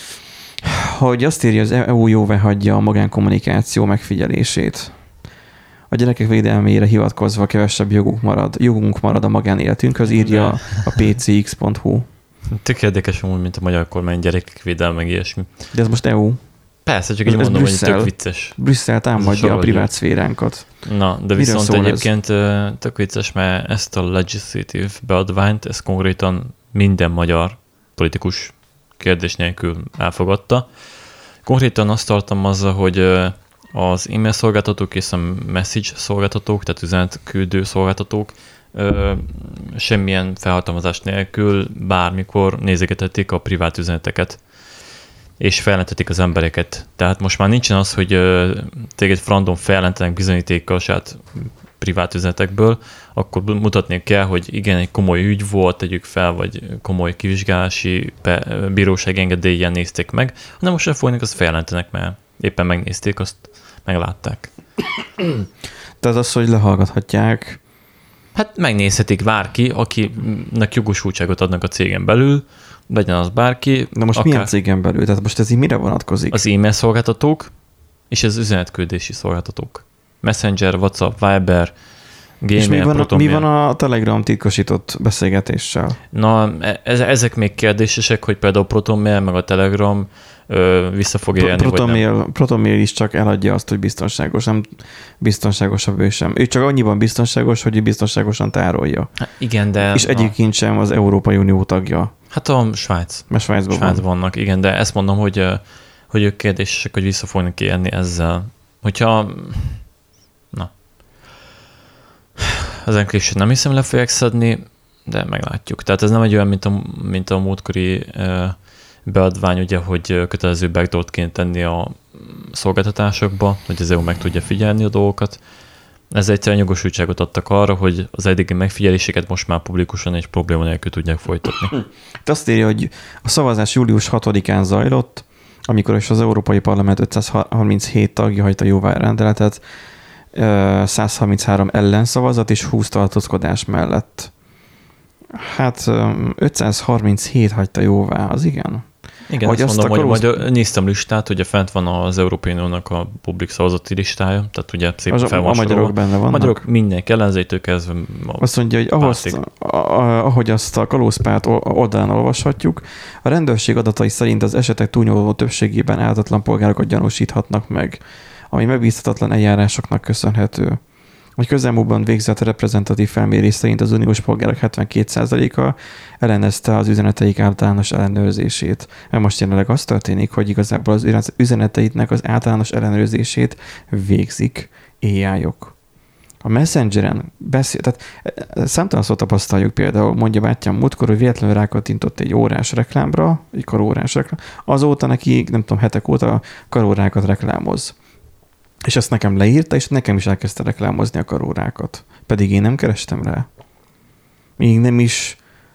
hogy azt írja, az EU jóváhagyja a magánkommunikáció megfigyelését. A gyerekek védelmére hivatkozva kevesebb jogunk marad a magánéletünkhöz, írja a pcx.hu. Tök érdekes amúgy, mint a magyar kormány gyerekek védelme, meg ilyesmi. De ez most EU. Persze, csak így mondom, hogy tök vicces. Brüsszel támadja a privát szféránkat. Na, de viszont egyébként tök vicces, mert ezt a legislative beadványt, ez konkrétan minden magyar politikus kérdés nélkül elfogadta. Konkrétan azt tartalmazza, hogy az e-mail szolgáltatók és a message szolgáltatók, tehát üzenetküldő szolgáltatók semmilyen felhatalmazás nélkül bármikor nézegethetik a privát üzeneteket, és feljelentetik az embereket. Tehát most már nincsen az, hogy téged random feljelentenek bizonyítékkal saját privát üzenetekből, akkor mutatni kell, hogy igen, egy komoly ügy volt, tegyük fel, vagy komoly kivizsgálási bíróság engedéllyel nézték meg, hanem most se folynak, azt feljelentenek, mert éppen megnézték, azt meglátták. Tehát az, hogy lehallgathatják. Hát megnézhetik bárki, akinek jogosultságot adnak a cégen belül, legyen az bárki. De most milyen cégen belül? Tehát most ez így mire vonatkozik? Az e-mail szolgáltatók és az üzenetküldési szolgáltatók. Messenger, WhatsApp, Viber, Gmail, és mi van a Telegram titkosított beszélgetéssel? Na, ezek még kérdésesek, hogy például Protonmail meg a Telegram vissza fog élni, vagy nem. Protonmail is csak eladja azt, hogy biztonságos, nem biztonságosabb ő sem. Ő csak annyiban biztonságos, hogy biztonságosan tárolja. Hát igen, de... És egyébként sem az Európai Unió tagja. Hát a Svájc. Mert Svájcban vannak, igen, de ezt mondom, hogy ők kérdésesek, hogy vissza fognak élni ezzel. Hogyha... Na. Az enkripciót nem hiszem le fogják szedni, de meglátjuk. Tehát ez nem egy olyan, mint a múltkori beadvány, ugye, hogy kötelező backdoort kéne tenni a szolgáltatásokba, hogy az EU meg tudja figyelni a dolgokat. Ez egyszerűen jogosultságot adtak arra, hogy az eddigi megfigyeléseket most már publikusan és probléma nélkül tudják folytatni. Azt írja, hogy a szavazás július 6-án zajlott, amikor is az Európai Parlament 537 tagja hagyta jóvá a rendeletet, 133 ellenszavazat és 20 tartózkodás mellett. Hát 537 hagyta jóvá, az igen. Igen, hogy azt mondom, hogy néztem listát, ugye fent van az Európai Uniónak a publik szavazati listája, tehát ugye szépen fel van a magyarok benne vannak. Magyarok mindenki ellenzétől kezdve. Azt mondja, hogy ahogy azt a kalózpárt oldalán olvashatjuk, a rendőrség adatai szerint az esetek túlnyomó többségében ártatlan polgárokat gyanúsíthatnak meg, ami megbízhatatlan eljárásoknak köszönhető. Hogy közelmúltban végzett reprezentatív felmérés szerint az uniós polgárok 72%-a ellenezte az üzeneteik általános ellenőrzését. Mert most jelenleg az történik, hogy igazából az üzeneteiknek az általános ellenőrzését végzik AI-ok. A Messengeren tehát számtalanszor tapasztaljuk például, mondja bátyám múltkor, hogy véletlenül rákattintott egy órás reklámra, egy karórás reklám, azóta neki, nem tudom, hetek óta karórákat reklámoz. És azt nekem leírta, és nekem is elkezdte reklámozni a karórákat. Pedig én nem kerestem rá. Még nem is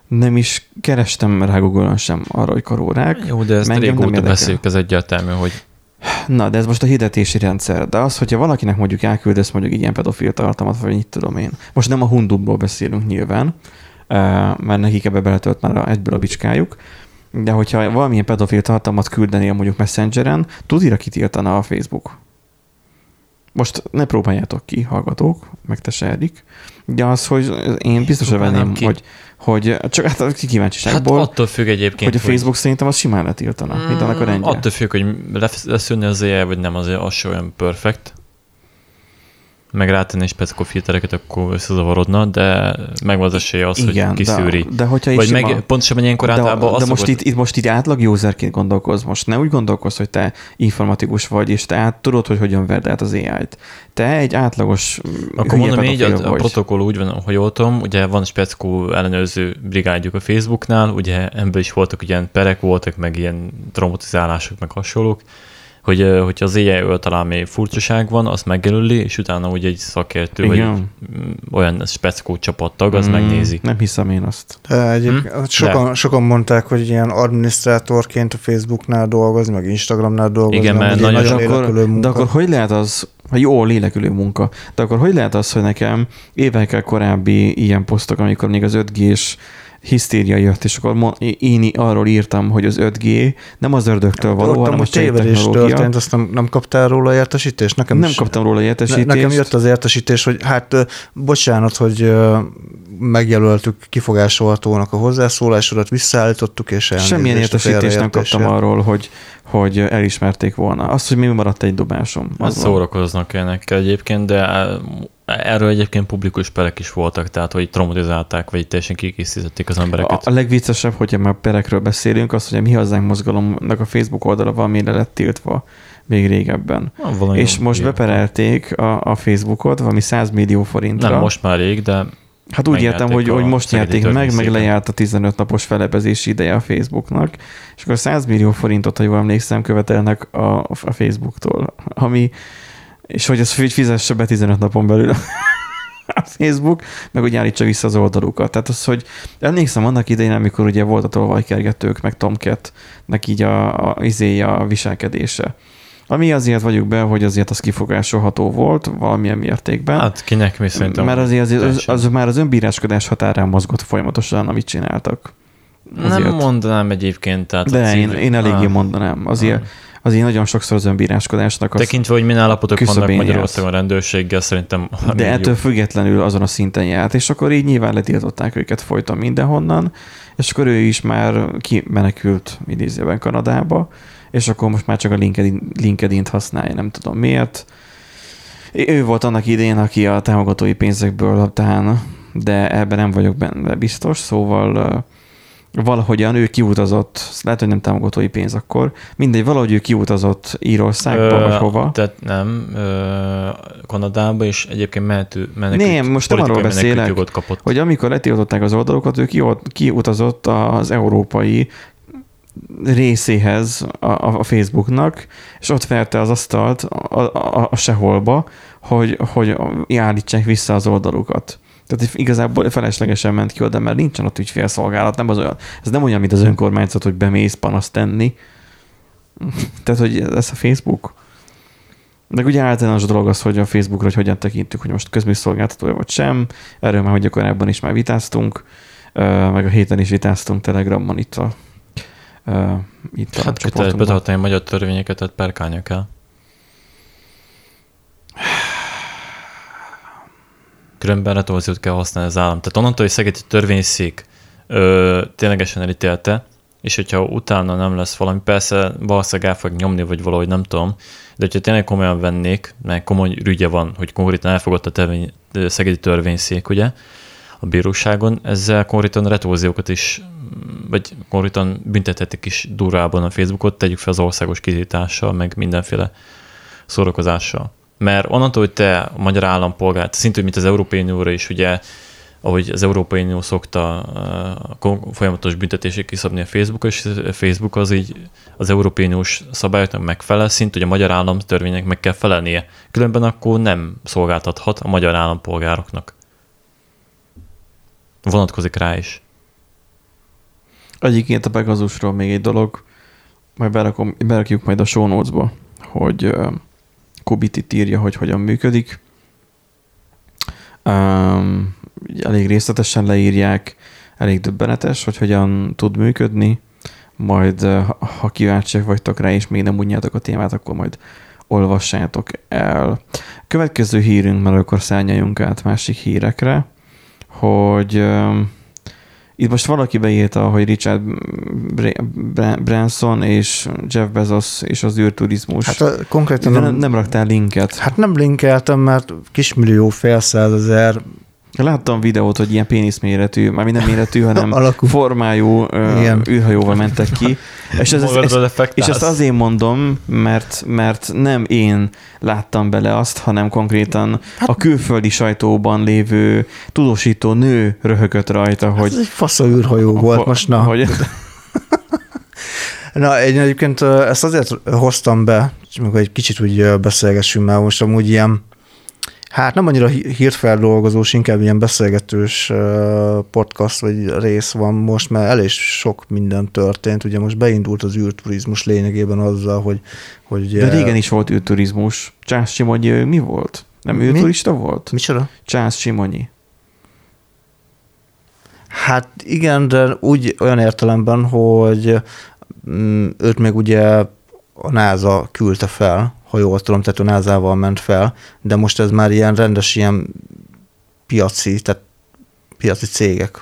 Nem is kerestem rá Google-on sem arra, hogy karórák. Jó, de ezt régóta beszéljük, ez egyértelmű, hogy... Na, de ez most a hirdetési rendszer. De az, hogyha valakinek mondjuk elküldesz mondjuk ilyen pedofil tartalmat, vagy mit tudom én. Most nem a Hundubból beszélünk nyilván, mert nekik ebbe beletölt már egyből a bicskájuk, de hogyha valamilyen pedofil tartalmat küldenél mondjuk Messengeren, tudira kitiltana a Facebook. Most ne próbáljátok ki, hallgatók, meg te se Erik, de az, hogy én biztosan venném, hogy csak hát kíváncsiságból, hát attól függ egyébként, hogy a Facebook szerintem az simán letiltana, mint annak a rendje. Attól függ, hogy leszűnni az AI, vagy nem, az se olyan perfect. Meg rátenni speckó filtereket, akkor összezavarodna, de megvan az esélye az, igen, hogy kiszűri. De hogyha vagy meg pontosabban ilyenkor általában de most itt átlag userként gondolkozz. Most ne úgy gondolkozz, hogy te informatikus vagy, és te tudod, hogy hogyan verd át az AI-t. Te egy átlagos akkor mondom így, a protokoll úgy van, hogy jól tudom, ugye van speckó ellenőrző brigádjuk a Facebooknál, ugye ebből is voltak ilyen perek voltak, meg ilyen traumatizálások, meg hasonlók, hogyha az AI-ről talán még furcsaság van, azt megjelöli, és utána ugye egy szakértő, igen, vagy olyan speckó csapattag, az megnézi. Nem hiszem én azt. Sokan mondták, hogy ilyen adminisztrátorként a Facebooknál dolgozni, meg Instagramnál dolgozni. Igen, mert nagyon lélekülő munka. De akkor hogy lehet az, jó lélekülő munka, de akkor hogy lehet az, hogy nekem évekkel korábbi ilyen posztok, amikor még az 5G-s hisztéria jött, és akkor én arról írtam, hogy az 5G nem az ördögtől való, hanem a tévedés történt, azt nem kaptál róla értesítést? Nem kaptam róla értesítést. Nekem jött az értesítés, hogy hát bocsánat, hogy megjelöltük kifogásolhatónak a hozzászólásodat, visszaállítottuk, és elnézést. Semmilyen értesítést nem kaptam arról, hogy elismerték volna. Azt, hogy mi maradt egy dobásom. Az szórakoznak ennek egyébként, de erről egyébként publikus perek is voltak, tehát hogy traumatizálták, vagy teljesen kikészítették az embereket. A legviccesebb, hogyha már perekről beszélünk, az, hogy a Mi Hazánk mozgalomnak a Facebook oldala valamire lett tiltva még régebben. És most beperelték a Facebookot valami 100 millió forintra. Nem, most már rég, de hát úgy értem, hogy most nyerték meg lejárt a 15 napos felebezési ideje a Facebooknak, és akkor 100 millió forintot, ha jól emlékszem, követelnek a Facebooktól, ami, és hogy ezt fizesse be 15 napon belül a Facebook, meg hogy állítsa vissza az oldalukat. Tehát az, hogy emlékszem annak idején, amikor ugye volt a tolvajkergetők, meg Tomcat-nek így a viselkedése. Ami azért vagyok be, hogy azért az kifogásolható volt valamilyen mértékben. Hát kinek mi szerintem? Mert azért az már az önbíráskodás határán mozgott folyamatosan, amit csináltak. Azért. Nem mondanám egyébként. Tehát de én eléggé mondanám. Azért nagyon sokszor az önbíráskodásnak az tekintve, hogy milyen állapotok vannak Magyarországon a rendőrséggel, szerintem... De ettől függetlenül azon a szinten járt, és akkor így nyilván letiltották őket folyton mindenhonnan, és akkor ő is már kimenekült idézőben Kanadába, és akkor most már csak a LinkedIn-t használja, nem tudom miért. Ő volt annak idején, aki a támogatói pénzekből talán, de ebben nem vagyok benne biztos, szóval valahogyan ő kiutazott, lehet, hogy nem támogatói pénz akkor, mindegy, valahogy ő kiutazott Írországba, vagy hova. Tehát nem, Kanadába, és egyébként menekült. Nem, most nem arról beszélek, hogy amikor letiltották az oldalokat, ő kiutazott az európai részéhez a Facebooknak, és ott verte az asztalt a seholba, hogy állítsák vissza az oldalukat. Tehát igazából feleslegesen ment ki oda, mert nincsen ott ügyfélszolgálat, nem az olyan. Ez nem olyan, mint az önkormányzat, hogy bemész panaszt tenni. Tehát, hogy ez a Facebook. De ugye általános dolog az, hogy a Facebookra, hogy hogyan tekintjük, hogy most közműszolgáltatója vagy sem. Erről már ugye korábban is már vitáztunk, meg a héten is vitáztunk Telegramon itt a hát köteles betartani a magyar törvényeket, tehát perkálnia kell. Különben retorziót kell használni az állam. Tehát onnantól, hogy szegedi törvényszék ténylegesen elítélte, és hogyha utána nem lesz valami, persze valószínűleg el fog nyomni, vagy valahogy nem tudom, de hogyha tényleg komolyan vennék, mert komoly rügye van, hogy konkrétan elfogadta a szegedi törvényszék, ugye, a bíróságon, ezzel konkrétan retorziókat is, vagy konkrétan büntethetik is durvában a Facebookot, tegyük fel az országos kitiltással, meg mindenféle szórakozással. Mert onnantól, hogy te a magyar állampolgár, szintén, mint az Európai Unióra is, ugye, ahogy az Európai Unió szokta folyamatos büntetését kiszabni a Facebookra, és a Facebook az így az Európai Uniós szabályoknak megfelel, szint, hogy a magyar államtörvénynek meg kell felelnie. Különben akkor nem szolgáltathat a magyar állampolgároknak. Vonatkozik rá is. Egyébként a Pegasusról még egy dolog, majd berakjuk majd a show notes-ba, hogy Kubit itt írja, hogy hogyan működik. Elég részletesen leírják, elég döbbenetes, hogy hogyan tud működni. Majd, ha kíváncsiak vagytok rá, és még nem unjátok a témát, akkor majd olvassátok el. Következő hírünk, mert akkor szárnyaljunk át másik hírekre, hogy itt most valaki beírta, hogy Richard Branson és Jeff Bezos és az űrturizmus. Hát konkrétan nem raktál linket. Hát nem linkeltem, mert kismillió, fél százezer. Láttam videót, hogy ilyen péniszméretű, már nem méretű, hanem formájú űrhajóval mentek ki. És ezt azért mondom, mert nem én láttam bele azt, hanem konkrétan a külföldi sajtóban lévő tudósító nő röhögött rajta, hogy... Ez egy fasza űrhajó volt most, na. Hogy... Na, én egyébként ezt azért hoztam be, amikor egy kicsit úgy beszélgessünk már, most amúgy ilyen, hát nem annyira hírfeldolgozós, inkább ilyen beszélgetős podcast vagy rész van most, mert elég sok minden történt. Ugye most beindult az űrturizmus lényegében azzal, hogy de régen is volt űrturizmus. Csász Simonyi mi volt? Nem űrturista volt? Micsoda? Csász Simonyi. Hát igen, de úgy olyan értelemben, hogy őt még ugye a NASA küldte fel, ha jól tudom, tehát a NASA-val ment fel, de most ez már ilyen rendes, ilyen piaci cégek.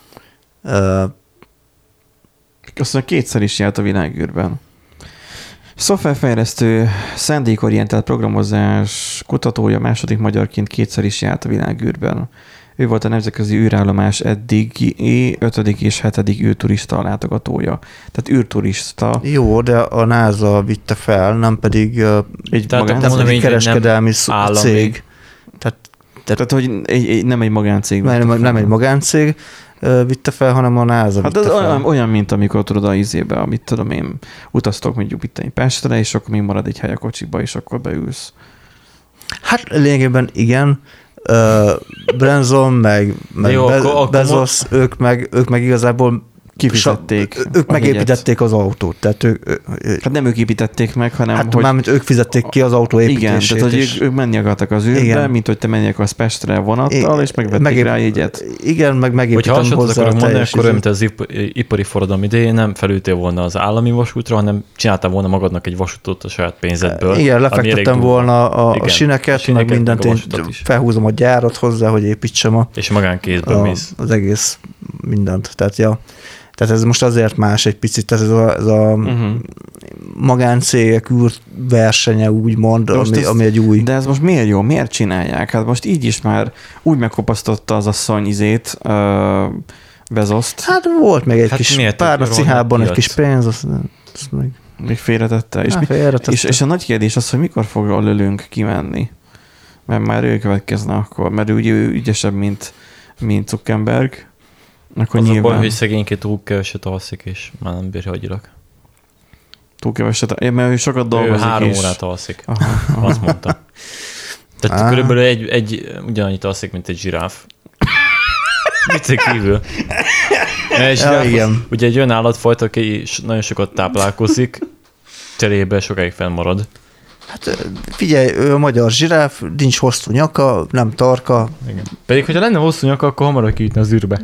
Aztán kétszer is járt a világűrben. Szoftverfejlesztő, szándékorientált programozás kutatója második magyarként kétszer is járt a világűrben. Ő volt a nemzetközi űrállomás eddigi 5. és 7. űrturista látogatója. Tehát űrturista. Jó, de a NASA vitte fel, nem pedig egy kereskedelmi cég. Tehát hogy nem egy magáncég. Nem egy magáncég vitte fel, hanem a NASA vitte fel. Olyan, mint amikor tudod a izébe, amit tudom én, utaztok mondjuk itt egy Pestre, és akkor még marad egy hely a kocsiba, és akkor beülsz. Hát lényegében igen. Branson, meg jó, Bezos, ők meg igazából kifizették. Ők megépítették az autót. Tehát hát nem ők építették meg, hanem hát hogy... mármint ők fizették ki az autó építését. Igen, tehát hogy ők menni akartak az űrbe, igen. Mint hogy te menni akarsz Pestre vonattal, és megvették rá jegyet. Igen, meg megépítem hozzá. Hogyha akarok mondani, akkor olyan, mint az ipari forradalom idején nem felültél volna az állami vasútra, hanem csináltam volna magadnak egy vasútot a saját pénzedből. Igen, lefektettem volna a sineket, meg mindent, én felhúzom a gyárat hozzá, hogy építsem és magánkézből mész. Az egész mindent. Tehát ez most azért más egy picit, tehát ez a magáncégek űrversenye úgymond, ami egy új... De ez most miért jó? Miért csinálják? Hát most így is már úgy megkopasztotta az asszony Bezoszt. Hát volt még egy kis pár a cihában egy kis pénz, azt még félretette. És a nagy kérdés az, hogy mikor fog a lölünk kimenni? Mert már ő következne akkor, mert ugye ő ügyesebb, mint Zuckerberg. Akkor az nyilván... a baj, hogy szegényként túl keveset alszik, és már nem bírja agyilag. Túl keveset? Mert ő sokat dolgozik. Ő 3 órát alszik. Aha. Azt mondta. Tehát körülbelül ugyanannyit alszik, mint egy zsiráf. Viccen kívül. Ugye egy olyan állatfajta, aki nagyon sokat táplálkozik, cserébe sokáig fennmarad. Hát figyelj, ő a magyar zsiráf, nincs hosszú nyaka, nem tarka. Igen. Pedig, hogyha lenne hosszú nyaka, akkor hamarabb kijutna az űrbe.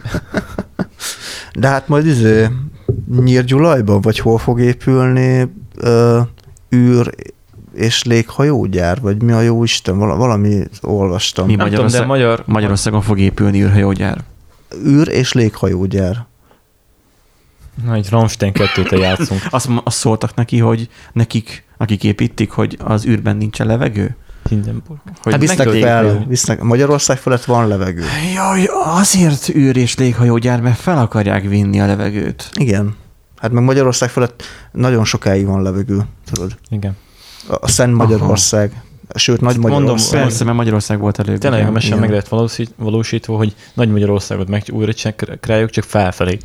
De hát majd Nyírgyulajban, vagy hol fog épülni űr és léghajógyár, vagy mi a jó Isten, valami olvastam. Magyarországon fog épülni űrhajógyár. Űr és léghajógyár. Na, egy Rammstein 2-t játszunk. Azt szóltak neki, hogy nekik, akik építik, hogy az űrben nincsen levegő? Hindenburg. Hát visznek, Magyarország felett van levegő. Jaj, azért űr és léghajógyár, mert fel akarják vinni a levegőt. Igen. Hát meg Magyarország felett nagyon sokáig van levegő, tudod. Igen. A Szent Magyarország. Sőt, Nagy Magyarország. Persze, mert Magyarország volt előbb. Tényleg mesen meg lehet valósítva, hogy Nagy Magyarországot meg újra csináljuk, csak felfelé.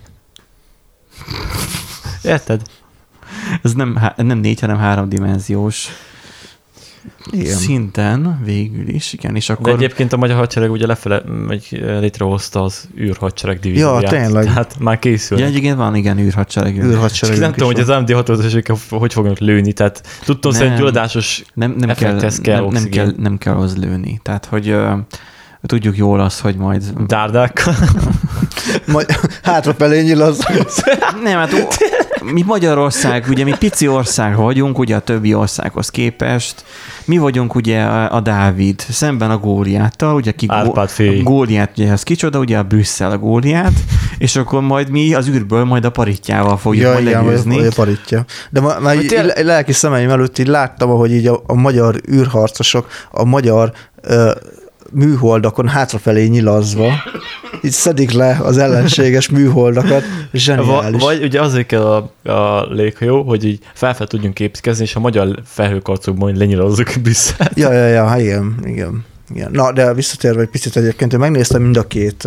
Érted? Ez nem 4, hanem 3 dimenziós. szinten végül is, igen, és akkor... De egyébként a magyar hadsereg ugye létrehozta az űrhadsereg divízióját. Ja, tényleg. Tehát már készül. Ja, egyébként van, igen, űrhadsereg. Nem tudom, hogy az AMD hatózások hogy fognak lőni, tehát tudtam szerint gyulladásos nem kell az lőni. Tehát, hogy tudjuk jól azt, hogy majd... Dárdákkal. Hátrafelé nyilaz. Nem, hát mi Magyarország, ugye mi pici ország vagyunk, ugye a többi országhoz képest. Mi vagyunk ugye a Dávid, szemben a Góliáttal, ugye ki Góliát, ugye ez kicsoda, ugye a Brüsszel a Góliát, és akkor majd mi az űrből majd a paritjával fogjuk majd legyőzni. Ja, a paritja. De már lelki szemeim előtt így láttam, ahogy így a magyar űrharcosok, a magyar műholdakon hátrafelé nyilazva, így szedik le az ellenséges műholdakat, zseniális. Vagy ugye azért kell a léghajó, hogy így felfel tudjunk képzkezni, és a magyar felhőkarcokban hogy lenyilazzuk Brüsszelt. Ja, igen. Na, de visszatérve egy picit egyébként, én megnéztem mind a két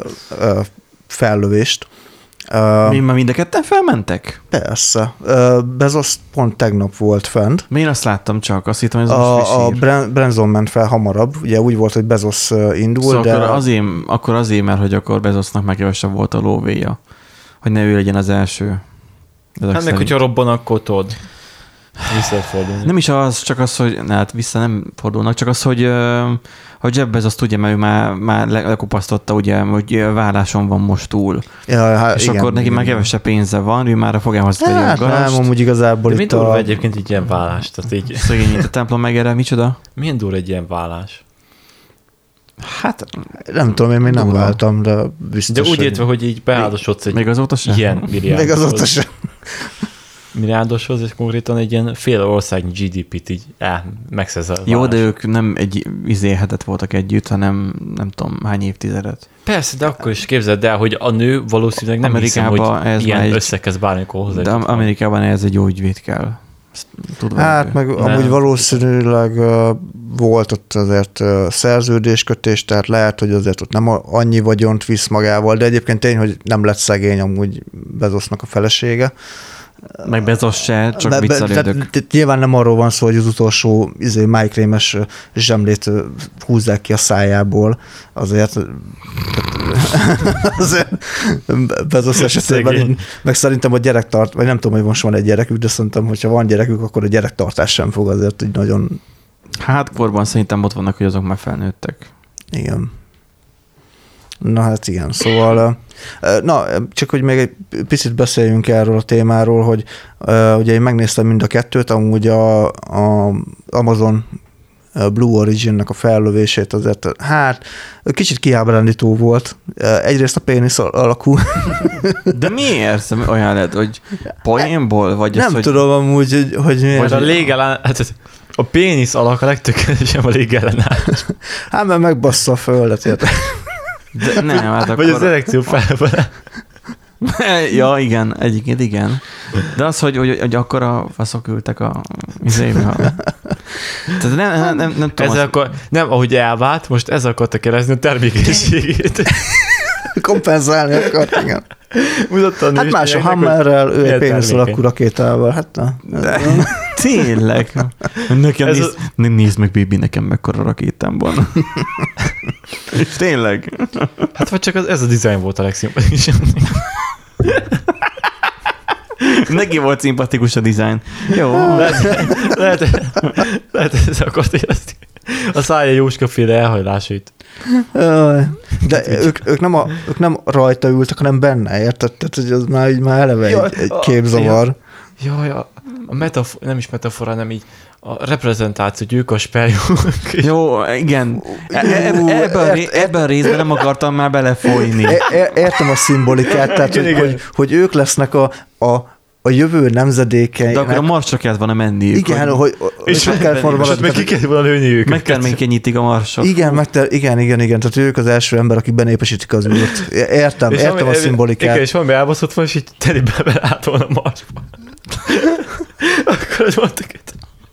fellövést. Mind a ketten felmentek? Persze. Bezos pont tegnap volt fent. Én azt láttam csak, azt hittem, hogy ez most a Branson ment fel hamarabb. Ugye úgy volt, hogy Bezos indul, szóval de... Akkor azért, mert hogy akkor Bezosnak meg kevesebb volt a lóvéja. Hogy ne ő legyen az első. Hát meg, hogyha robban, akkor tudod. Visszafordulni. Nem is az, csak az, hogy vissza nem fordulnak, csak az, hogy Jeff Bezos tudja, mert ő már lekopasztotta, ugye, hogy válláson van most túl. Ja, és igen, akkor neki már kevesebb pénze van, ő már a fogához tegye a garast. Nem, amúgy igazából itt a... egyébként egy ilyen vállás? Tehát így... Szegény, a templom meg erre, micsoda? Milyen durva egy ilyen vállás? Hát nem tudom, én még nem váltam, de biztos. De úgy értve, hogy így beáldosodsz egy még azóta sem? Ilyen milliárdoshoz. Még azóta sem. Milliárdoshoz, és konkrétan egy ilyen fél országnyi GDP-t így megszerzel. Jó, de ők nem egy izélhetet voltak együtt, hanem nem tudom, hány évtizedet. Persze, de akkor is képzeld el, hogy a nő valószínűleg nem hiszem, hogy ilyen összekez bármikor hozzá. De Amerikában ez egy jó ügyvéd kell. Hát meg amúgy valószínűleg volt ott azért szerződéskötés, tehát lehet, hogy azért ott nem annyi vagyont visz magával, de egyébként tény, hogy nem lett szegény amúgy Bezosnak a felesége. Meg Bezos se, csak viccelődök. Nyilván nem arról van szó, hogy az utolsó májkrémes zsemlét húzzák ki a szájából, azért Bezos esetében, meg szerintem a gyerektart, vagy nem tudom, hogy most van egy gyerekük, de szerintem, hogyha van gyerekük, akkor a gyerektartás sem fog azért így nagyon... Hát korban szerintem ott vannak, hogy azok már felnőttek. Igen. Na hát igen, szóval csak hogy még egy picit beszéljünk erről a témáról, hogy ugye én megnéztem mind a kettőt, amúgy a Amazon Blue Origin-nek a fellövését azért, hát kicsit kiábrándító volt. Egyrészt a pénisz alakú. De miért? Olyan lehet, hogy poénból? Vagy nem az, tudom amúgy, hogy miért. Vagy a légellen, hát a pénisz alak a legtökéletesebb a légellenállás. Hát mert megbassza a földet, érted? De nem, hát akkor... Vagy az erekció felvele. Ja, igen, egyébként igen. De az, hogy akkor a faszok ültek a izébe. Tehát nem tudom. Ezzel akkor, nem, ahogy elvált, most ezzel akarta keresni a termékenységét. Kompenzálni akart, igen. Mutattan hát más a Hammerrel, ő egy pénisz alakú rakétával. Hát na. Tényleg. Nekem nézd meg, Bibi, nekem mekkora rakétám van. Tényleg. Hát vagy csak ez a dizájn volt a legszimpatikusabb. Neki volt szimpatikus a dizájn. Jó. Lehet ez akart érezni. A szája Jóska-féle elhajlásait. De ők nem rajta ültek, hanem benne, érted? Tehát, hogy az már eleve egy képzavar. Jaj, nem is metafora, nem így a reprezentáció, hogy ők a spelyók. Jó, igen. Ebben a részben nem akartam már belefolyni. Értem a szimbolikát, tehát hogy ők lesznek a jövő nemzedékei. De akkor a Marsra kellett volna menniük. Igen, és meg kellett volna maradni. Meg ki kellett volna lőni őket. Megtermékenyítik a Marsot. Igen, tehát ők az első ember, akik benépesítik az űrt. Értem a szimbolikát. Igen, és valami elbaszott van, és így telibe át volna a Marsba. Akkor hogy mondtak itt.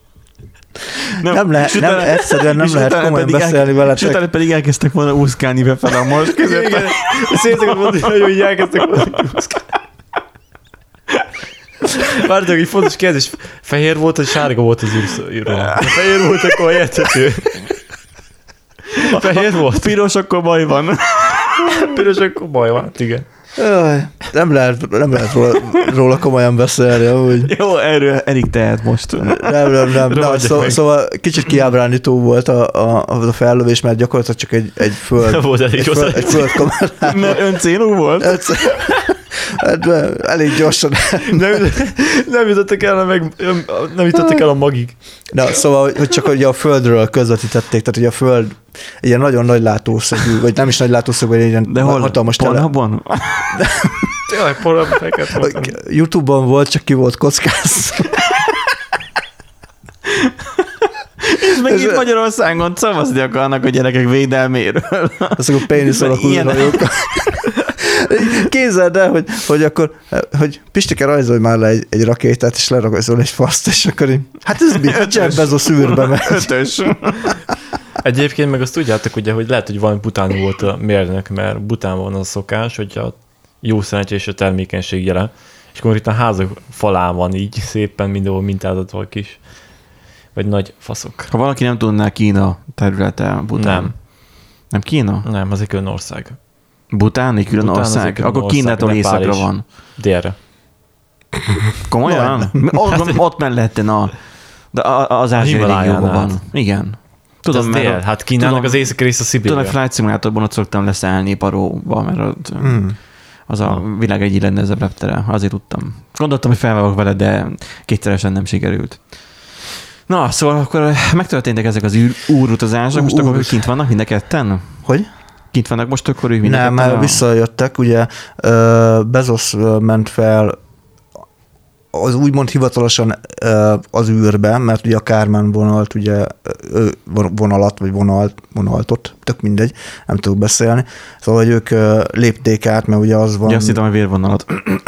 Egyszerűen nem lehet komolyan beszélni veletek. És utána pedig elkezdtek volna úszkálni befele a Mars között. Szépen mondani, hogy elkezdtek volna úszkálni. Várjátok, egy fontos kérdés. Fehér volt, vagy sárga volt az űrról? Fehér volt, akkor érthető. Fehér volt? Piros, akkor baj van. Piros, akkor baj van, igen. Nem lehet róla komolyan beszélni, amúgy. Jó, erről elég tehet most. Nem. Na, szóval kicsit kiábrándító volt a fellövés, mert gyakorlatilag csak egy földkamerában. Mert öncélú volt? Hát, elég gyorsan. Nem jutottak el a magig. Na, szóval, hogy csak ugye a földről közvetítették, tehát ugye a föld ilyen nagyon nagy látószögű, vagy nem is nagy látószögű, vagy ilyen de hol? hatalmas Pornhubon? Tényleg Pornhubon fekett. YouTube-on volt, csak ki volt kockázva. És meg itt Magyarországon szavazni akarnak a gyerekek védelméről. Azok a pénisz alakú hajók. Képzeld el, hogy akkor, hogy Pistike, rajzolj már le egy rakétát, és leragazol egy faszt, és akkor így, hát ez mi? Ez a szűrbe megy. 5-ös. Egyébként meg azt tudjátok, ugye, hogy lehet, hogy valami bután volt a mérnök, mert bután van az a szokás, hogy a jó szerencsé és a termékenység jele, és konkrétan a házak falán van így szépen mindenhol mintázatval kis, vagy nagy faszok. Ha valaki nem tudná, Kína területe, Bután. Nem. Nem Kína? Nem, az egy külön ország. Bután egy külön ország? Akkor Kínától északra van. Délre. Komolyan? Ott mellette, de az ázsiai régióban van. Igen. Tudom, mert dél. Hát Kínának az északi része a Szibéria. Tudom, a Flight Simulatorban ott szoktam leszállni Paróba, mert ott az a világ egyik legnehezebb reptere. Azért tudtam. Gondoltam, hogy felválok vele, de kétszeresen nem sikerült. Na, szóval akkor megtörténtek ezek az úrutazások, most akkor kint vannak mind a ketten? Hogy? Kint vannak most akkor ők mind a ketten? Nem, már visszajöttek, ugye Bezos ment fel az úgymond hivatalosan az űrbe, mert ugye a Kármán vonalt, ugye vonalat, vagy vonaltot, tök mindegy, nem tudok beszélni. Szóval, hogy ők lépték át, mert ugye az van... Ja, azt hittem, hogy vérvonalat.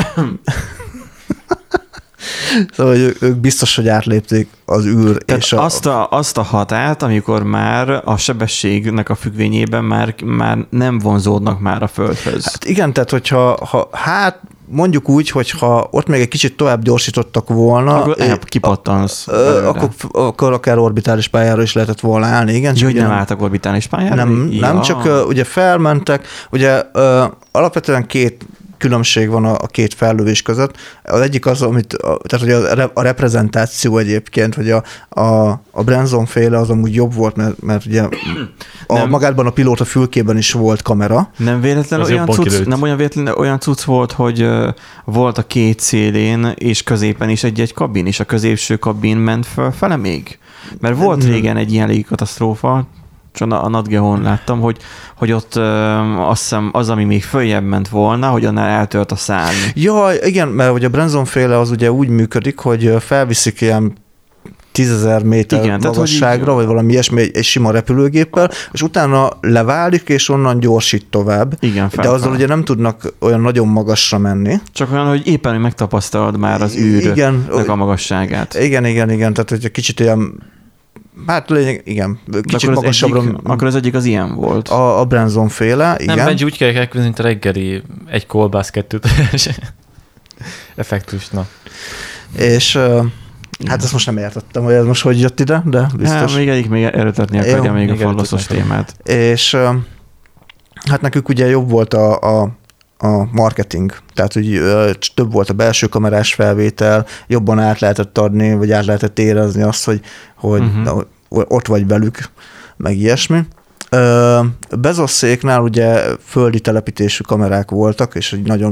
Szóval, hogy ők biztos, hogy átlépték az űr. Tehát és azt a határt, amikor már a sebességnek a függvényében már nem vonzódnak már a Földhöz. Hát igen, tehát hogyha mondjuk úgy, hogyha ott még egy kicsit tovább gyorsítottak volna, akkor kipattansz. Akkor akár orbitális pályára is lehetett volna állni. Igen, hogy nem álltak orbitális pályára? Nem, csak ugye felmentek. Ugye alapvetően két különbség van a két fellövés között. Az egyik az, tehát ugye a reprezentáció egyébként, hogy a Branson féle az amúgy jobb volt, mert ugye magában a pilóta fülkében is volt kamera. Nem véletlenül olyan cucc volt, hogy volt a két szélén és középen is egy kabin, és a középső kabin ment fölfele még? Mert volt régen egy ilyen légi katasztrófa, csak a NatGeo-n láttam, hogy ott azt hiszem az, ami még följebb ment volna, hogy annál eltört a szárny. Ja, igen, mert ugye a Branson féle az ugye úgy működik, hogy felviszik ilyen 10.000 méter magasságra, vagy valami ilyesmi egy sima repülőgéppel, és utána leválik, és onnan gyorsít tovább. Igen, de azzal ugye nem tudnak olyan nagyon magasra menni. Csak olyan, hogy éppen hogy megtapasztalod már az űrnek a magasságát. Igen, tehát hogy kicsit olyan hát lényeg, igen. Kicsit magasabbra. Akkor az egyik az ilyen volt. A Branson féle, igen. Nem, Benji, úgy kell elkülönni, mint a reggeli egy kolbász, 2 effektus, na. És hát ezt most nem értettem, hogy ez most hogy jött ide, de biztos. Még erőtetni akarja még a falloszos témát. És hát nekük ugye jobb volt a marketing, tehát hogy több volt a belső kamerás felvétel, jobban át lehetett adni, vagy át lehetett érezni azt, hogy ott vagy velük, meg ilyesmi. Bezosszéknál ugye földi telepítésű kamerák voltak, és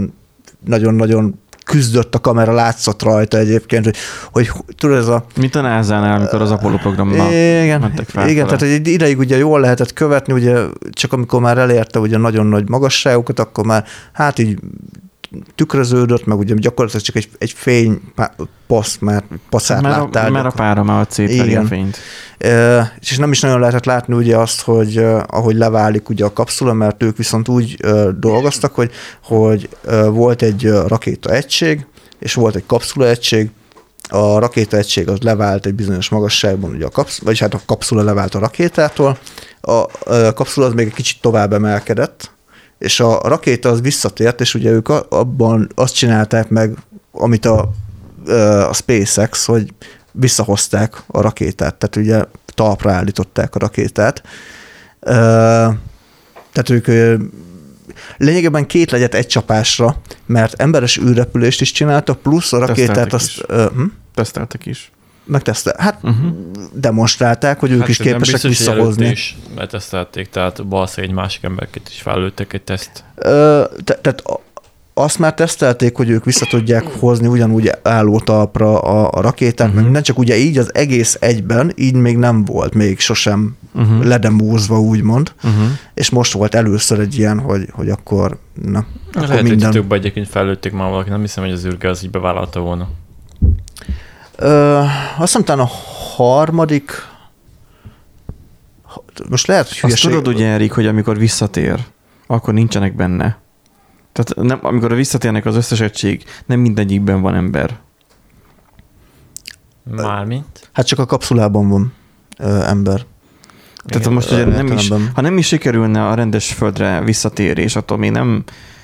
nagyon küzdött a kamera, látszott rajta egyébként, hogy tudod ez a... Mint a NASA-nál, amikor az Apollo programmal mentek fel. Igen, tehát egy ideig ugye jól lehetett követni, ugye csak amikor már elérte ugye nagyon nagy magasságokat, akkor már hát így tükröződött, meg ugye gyakorlatilag csak egy passzát láttál. Már a pára már szétfeli a fényt. És nem is nagyon lehetett látni ugye azt, hogy ahogy leválik ugye a kapszula, mert ők viszont úgy dolgoztak, hogy volt egy rakétaegység, és volt egy kapszulaegység. A rakétaegység az levált egy bizonyos magasságban, ugye vagyis hát a kapszula levált a rakétától, a kapszula az még egy kicsit tovább emelkedett, és a rakéta az visszatért, és ugye ők abban azt csinálták meg, amit a a SpaceX, hogy visszahozták a rakétát, tehát ugye talpra állították a rakétát. Tehát ők lényegében 2 legyet egy csapásra, mert emberes űrrepülést is csináltak, plusz a rakétát Teszteltek is. Hát demonstrálták, hogy ők is képesek visszahozni. Is letesztelték, tehát valószínűleg egy másik emberket is felültek egy teszt. Tehát azt már tesztelték, hogy ők vissza tudják hozni ugyanúgy álló talpra a rakétát, meg minden, csak ugye így az egész egyben, így még nem volt még sosem ledemózva, úgymond, és most volt először egy ilyen, hogy akkor akkor lehet, minden... hogy többben egyébként felülték már valaki, nem hiszem, hogy az űrgáz így bevállalta volna. Azt mondtam, a harmadik, most lehet, hogy hülyeség. Azt tudod ugye, Erik, hogy amikor visszatér, akkor nincsenek benne. Tehát nem, amikor visszatérnek az összes egység, nem mindegyikben van ember. Mármint? Hát csak a kapszulában van ember. Tehát most ugye ha nem is sikerülne a rendes földre visszatérés, attól még nem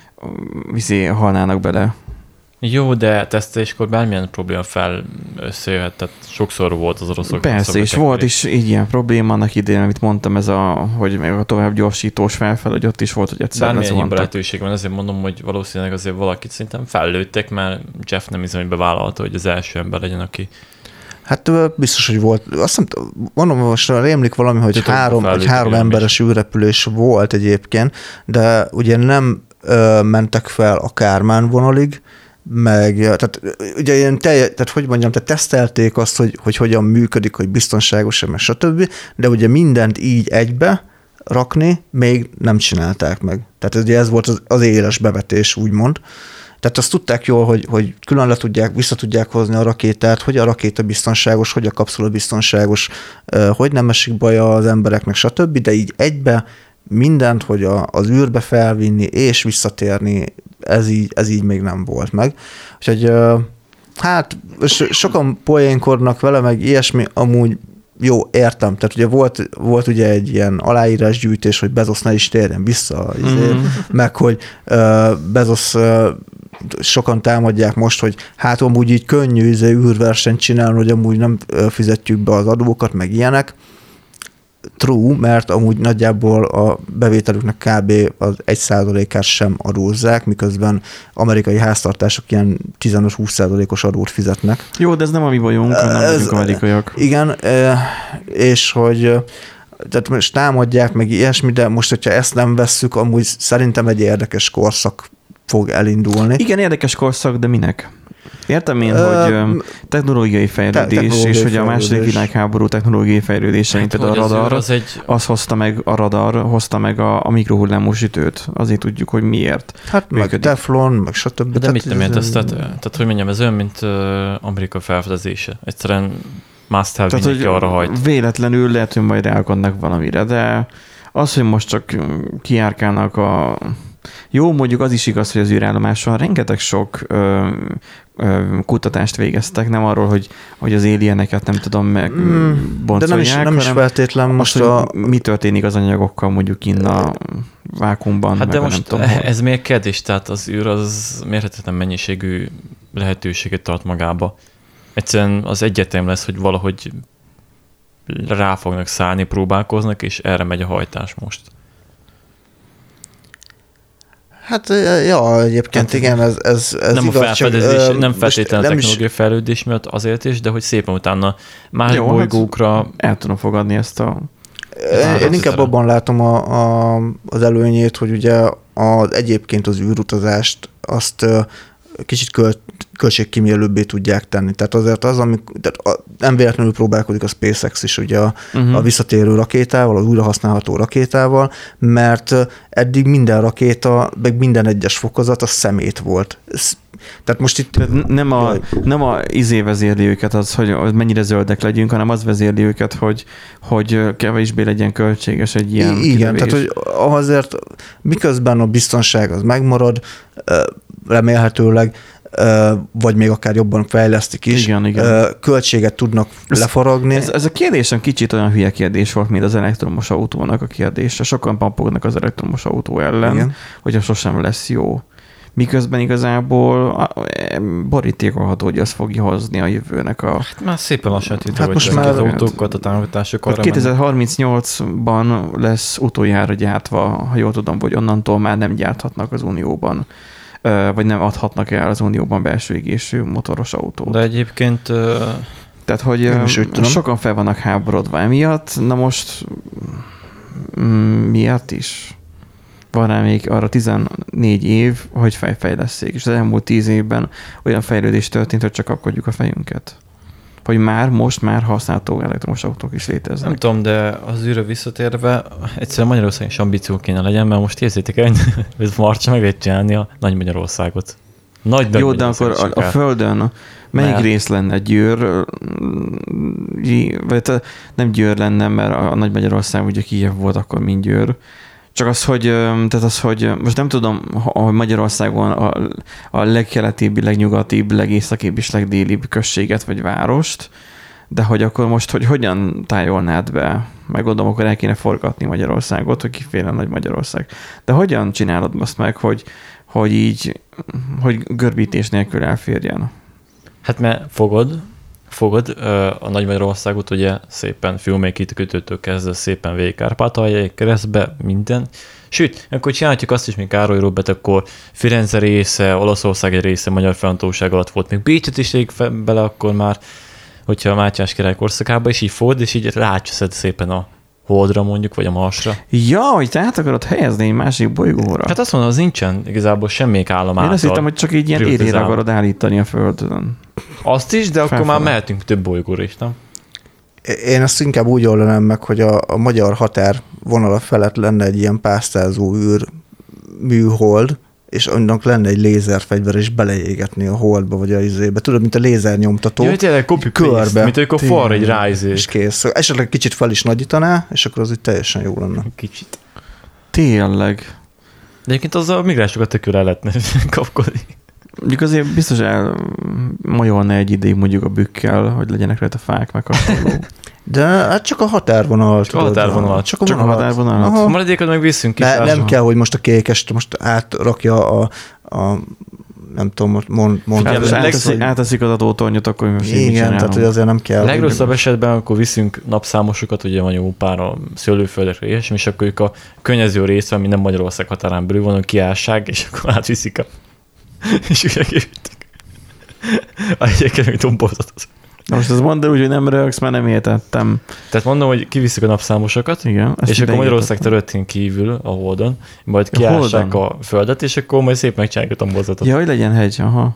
halnának bele. Jó, de teszteléskor bármilyen probléma összejöhet, tehát sokszor volt az oroszok. Persze, és volt is így ilyen probléma annak idején, amit mondtam, hogy meg a tovább gyorsítós felfel, hogy ott is volt, hogy egyszer bármilyen ilyen lehetőség van, ezért mondom, hogy valószínűleg azért valakit szerintem fellőttek, mert Jeff nem hiszem, hogy bevállalta, hogy az első ember legyen, aki... Hát biztos, hogy volt. Azt mondom, most rémlik valami, hogy három emberes űrrepülés volt egyébként, de ugye nem mentek fel a Kármán vonalig, meg, tehát ugye ilyen tehát hogy mondjam, tehát tesztelték azt, hogy hogyan működik, hogy biztonságos-e, meg stb., de ugye mindent így egybe rakni még nem csinálták meg. Tehát ugye ez volt az éles bevetés, úgymond. Tehát azt tudták jól, hogy külön vissza tudják hozni a rakétát, hogy a rakéta biztonságos, hogy a kapszula biztonságos, hogy nem esik baja az embereknek, stb., de így egybe mindent, hogy az űrbe felvinni és visszatérni, ez így még nem volt meg. Úgyhogy hát sokan poénkodnak vele, meg ilyesmi, amúgy jó, értem. Tehát ugye volt ugye egy ilyen aláírásgyűjtés, hogy Bezos ne is térjen vissza, meg hogy Bezos sokan támadják most, hogy hát amúgy így könnyű űrversenyt csinálni, hogy amúgy nem fizetjük be az adókat, meg ilyenek. True, mert amúgy nagyjából a bevételüknek kb. Az 1%-át sem adózzák, miközben amerikai háztartások ilyen 15-20%-os adót fizetnek. Jó, de ez nem a mi bajunk, hanem vagyunk amerikaiak. Igen, és hogy tehát most támadják meg ilyesmi, de most, hogyha ezt nem vesszük, amúgy szerintem egy érdekes korszak fog elindulni. Igen, érdekes korszak, de minek? Értem én, hogy technológiai fejlődés, és hogy a második világháború technológiai fejlődése, mint a radar, a radar hozta meg a mikrohullámos ütőt. Azért tudjuk, hogy miért. Hát meg teflon, meg stb. De mit nem értesz? Tehát, hogy mondjam, ez olyan, mint Amerika felfedezése. Egyszerűen must have mindenki arra hajt. Véletlenül lehet, hogy majd ráakadnak valamire, de az, hogy most csak kijárkálnak Jó, mondjuk az is igaz, hogy az űrállomáson rengeteg sok kutatást végeztek, nem arról, hogy az alieneket nem tudom megboncolják, de nem is feltétlen most mi történik az anyagokkal mondjuk kinn a vákuumban. Hát de most ez miért kérdés? Tehát az űr az mérhetetlen mennyiségű lehetőséget tart magába. Egyszerűen az egyetem lesz, hogy valahogy rá fognak szállni, próbálkoznak, és erre megy a hajtás most. Hát, ja, egyébként hát, igen, ez nem igaz, a felfedezés, nem feltétlenül a technológiai fejlődés miatt azért is, de hogy szépen utána más bolygókra... Hát el tudom fogadni ezt a... Én inkább abban látom az előnyét, hogy ugye egyébként az űrutazást azt kicsit költségkímélőbbé tudják tenni. Tehát azért nem véletlenül próbálkozik a SpaceX is ugye a visszatérő rakétával, az újrahasználható rakétával, mert eddig minden rakéta, meg minden egyes fokozat a szemét volt. Tehát most itt... Nem a vezérli őket az, hogy mennyire zöldek legyünk, hanem az vezérli őket, hogy kevésbé legyen költséges egy ilyen igen, tehát hogy azért miközben a biztonság az megmarad, remélhetőleg, vagy még akár jobban fejlesztik is, igen. Költséget tudnak lefaragni. Ez a kérdésem kicsit olyan hülye kérdés volt, mint az elektromos autónak a kérdése. Sokan pampognak az elektromos autó ellen, hogyha sosem lesz jó. miközben igazából borítékolható, hogy az fogja hozni a jövőnek a... Hát már szépen lassan most már az autókat, a támogatások. 2038-ban lesz utoljára gyártva, ha jól tudom, hogy onnantól már nem gyárthatnak az Unióban, vagy nem adhatnak el az Unióban belső égésű motoros autót. De egyébként... Tehát, hogy sokan fel vannak háborodva emiatt, na most miatt is? Van rá még arra 14 év, hogy fejleszték, és az elmúlt 10 évben olyan fejlődés történt, hogy csak kapkodjuk a fejünket. Hogy most már használható elektromos autók is léteznek. Nem tudom, de az űrre visszatérve egyszerűen Magyarországon is ambíció kéne legyen, mert most érzétek el, hogy Marcsa meg lehet csinálni a Nagy Magyarországot. Jó, de akkor a Földön melyik rész lenne Győr, vagy nem Győr lenne, mert a Nagy Magyarország ugye Kijev volt akkor, mint Győr. Csak az, hogy most nem tudom, hogy Magyarországon a legkeletibb, legnyugatibb, legészakibb és legdélibb községet vagy várost, de hogy akkor most, hogy hogyan tájolnád be? Meg gondolom, akkor el kéne forgatni Magyarországot, hogy kiféle Nagy Magyarország. De hogyan csinálod azt meg, hogy így, hogy görbítés nélkül elférjen? Hát mert fogod a Nagy Magyarországot, ugye szépen Fiumei-kikötőtől kezdve szépen végig Kárpátaljáig keresztbe, minden. Sőt, akkor csinálhatjuk azt is, mint Károly Róbert, akkor Firenze része, Olaszország egy része magyar fennhatóság alatt volt, még Bécset is bele akkor már, hogyha a Mátyás király korszakába, és így fogod, és így rácseszed szépen a Holdra mondjuk, vagy a Marsra. Ja, hogy te át akarod helyezni egy másik bolygóra. Hát azt mondom, az nincsen igazából semmelyik állam által. Én azt hittem, hogy csak így ilyen érére akarod állítani a Földön. Azt is, de akkor már mehetünk több bolygóra is, nem? Én azt inkább úgy oldanám meg, hogy a magyar határ vonala felett lenne egy ilyen pásztázó űr műhold, és annak lenne egy lézerfegyver, és beleégetni a holdba, vagy a izébe. Tudod, mint a lézernyomtató. Jaj, tényleg körbe. Mint amikor far egy ráizé. És kész. Esetleg kicsit fel is nagyítaná, és akkor az így teljesen jó lenne. Kicsit. Tényleg. De egyébként az a migránsokat tökül el lehetne kapkodni. Mondjuk azért biztos elmajolna egy ideig mondjuk a bükkel, hogy legyenek rajta fák, meg hasonló. De hát csak a határvonal. Csak a határvonal. Csak a határvonal. A maradékot meg visszünk ki. Nem kell, hogy most a kékest most átrakja a nem tudom, áteszik az adótornyot, akkor most igen, tehát hogy azért nem kell. A legrosszabb esetben akkor viszünk napszámosokat, ugye van jó pár a szőlőföldekre és akkor ők a könnyező részben, minden Magyarország határán belül van, a kiálság, és akkor átviszik és ugye kívültek. Egyébként még dombozatot. Na most azt mondd úgy, hogy nem rögsz, mert nem értettem. Tehát mondom, hogy kiviszik a napszámosokat, igen, és akkor Magyarország területén kívül a Holdon, majd kiássák a Földet, és akkor majd szép megcsinálják a dombozatot. Ja, hogy legyen hegy, aha.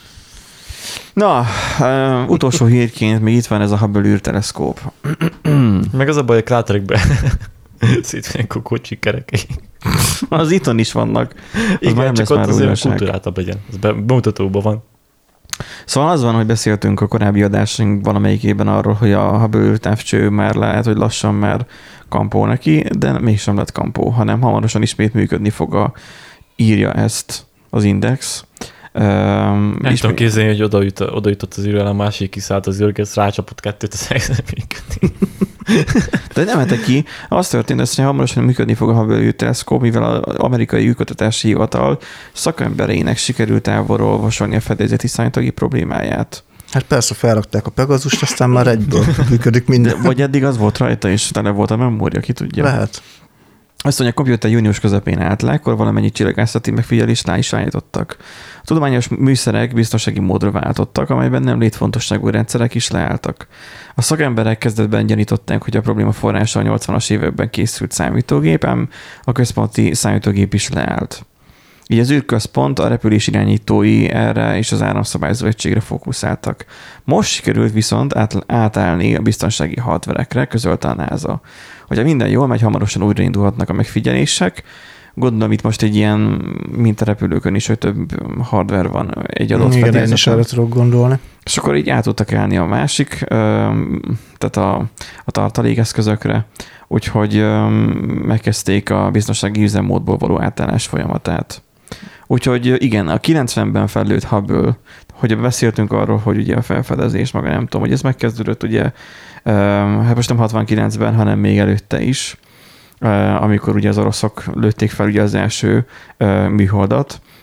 Na, utolsó hírként még itt van ez a Hubble űrteleszkóp. Meg az a baj, a kráterekben szétvennek kocsi kerekei. Az itthon is vannak. Az igen, csak ott azért kultúráltabb legyen. Az bemutatóban van. Szóval az van, hogy beszéltünk a korábbi adásunk valamelyikében arról, hogy a Hubble űrtávcső már lehet, hogy lassan már kampó neki, de mégsem lett kampó, hanem hamarosan ismét működni fog írja ezt az Index. Nem tudom képzelni, hogy oda jutott az űrrel, a másik kiszállt az űrget, rácsapott kettőt, az egészen működni. De nem emelte ki. Az történt, hogy hamarosan működni fog a Hubble űrteleszkóp, mivel az amerikai űrkutatási hivatal szakembereinek sikerült távolról olvasolni a fedélzeti számítógép problémáját. Hát persze felrakták a Pegazust, aztán már egyből működik minden. Vagy eddig az volt rajta, és tele volt a memória, ki tudja. Lehet. Azt mondja, a komputer június közepén állt le, akkor valamennyi csillagászati megfigyelést rá is állítottak. A tudományos műszerek biztonsági módra váltottak, amelyben nem létfontosságú rendszerek is leálltak. A szakemberek kezdetben gyanították, hogy a probléma forrása a 80-as években készült számítógép, ám a központi számítógép is leállt. Így az űrközpont, a repülés irányítói erre és az áramszabályozó egységre fókuszáltak. Most sikerült viszont átállni a biztonsági hardverekre, közölte a NASA. Hogyha minden jól megy, hamarosan újraindulhatnak a megfigyelések. Gondolom itt most egy ilyen, mint a repülőkön is, hogy több hardware van egy adott fedélzeten. Igen, én is erre tudok gondolni. És akkor így át tudtak állni a másik, tehát a tartalékeszközökre, úgyhogy megkezdték a biztonsági üzemmódból való átállás folyamatát. Úgyhogy igen, a 90-ben fejlődött Hubble, hogy beszéltünk arról, hogy ugye a felfedezés maga, nem tudom, hogy ez megkezdődött ugye, hát most nem 69-ben, hanem még előtte is, amikor ugye az oroszok lőtték fel ugye az első műholdat,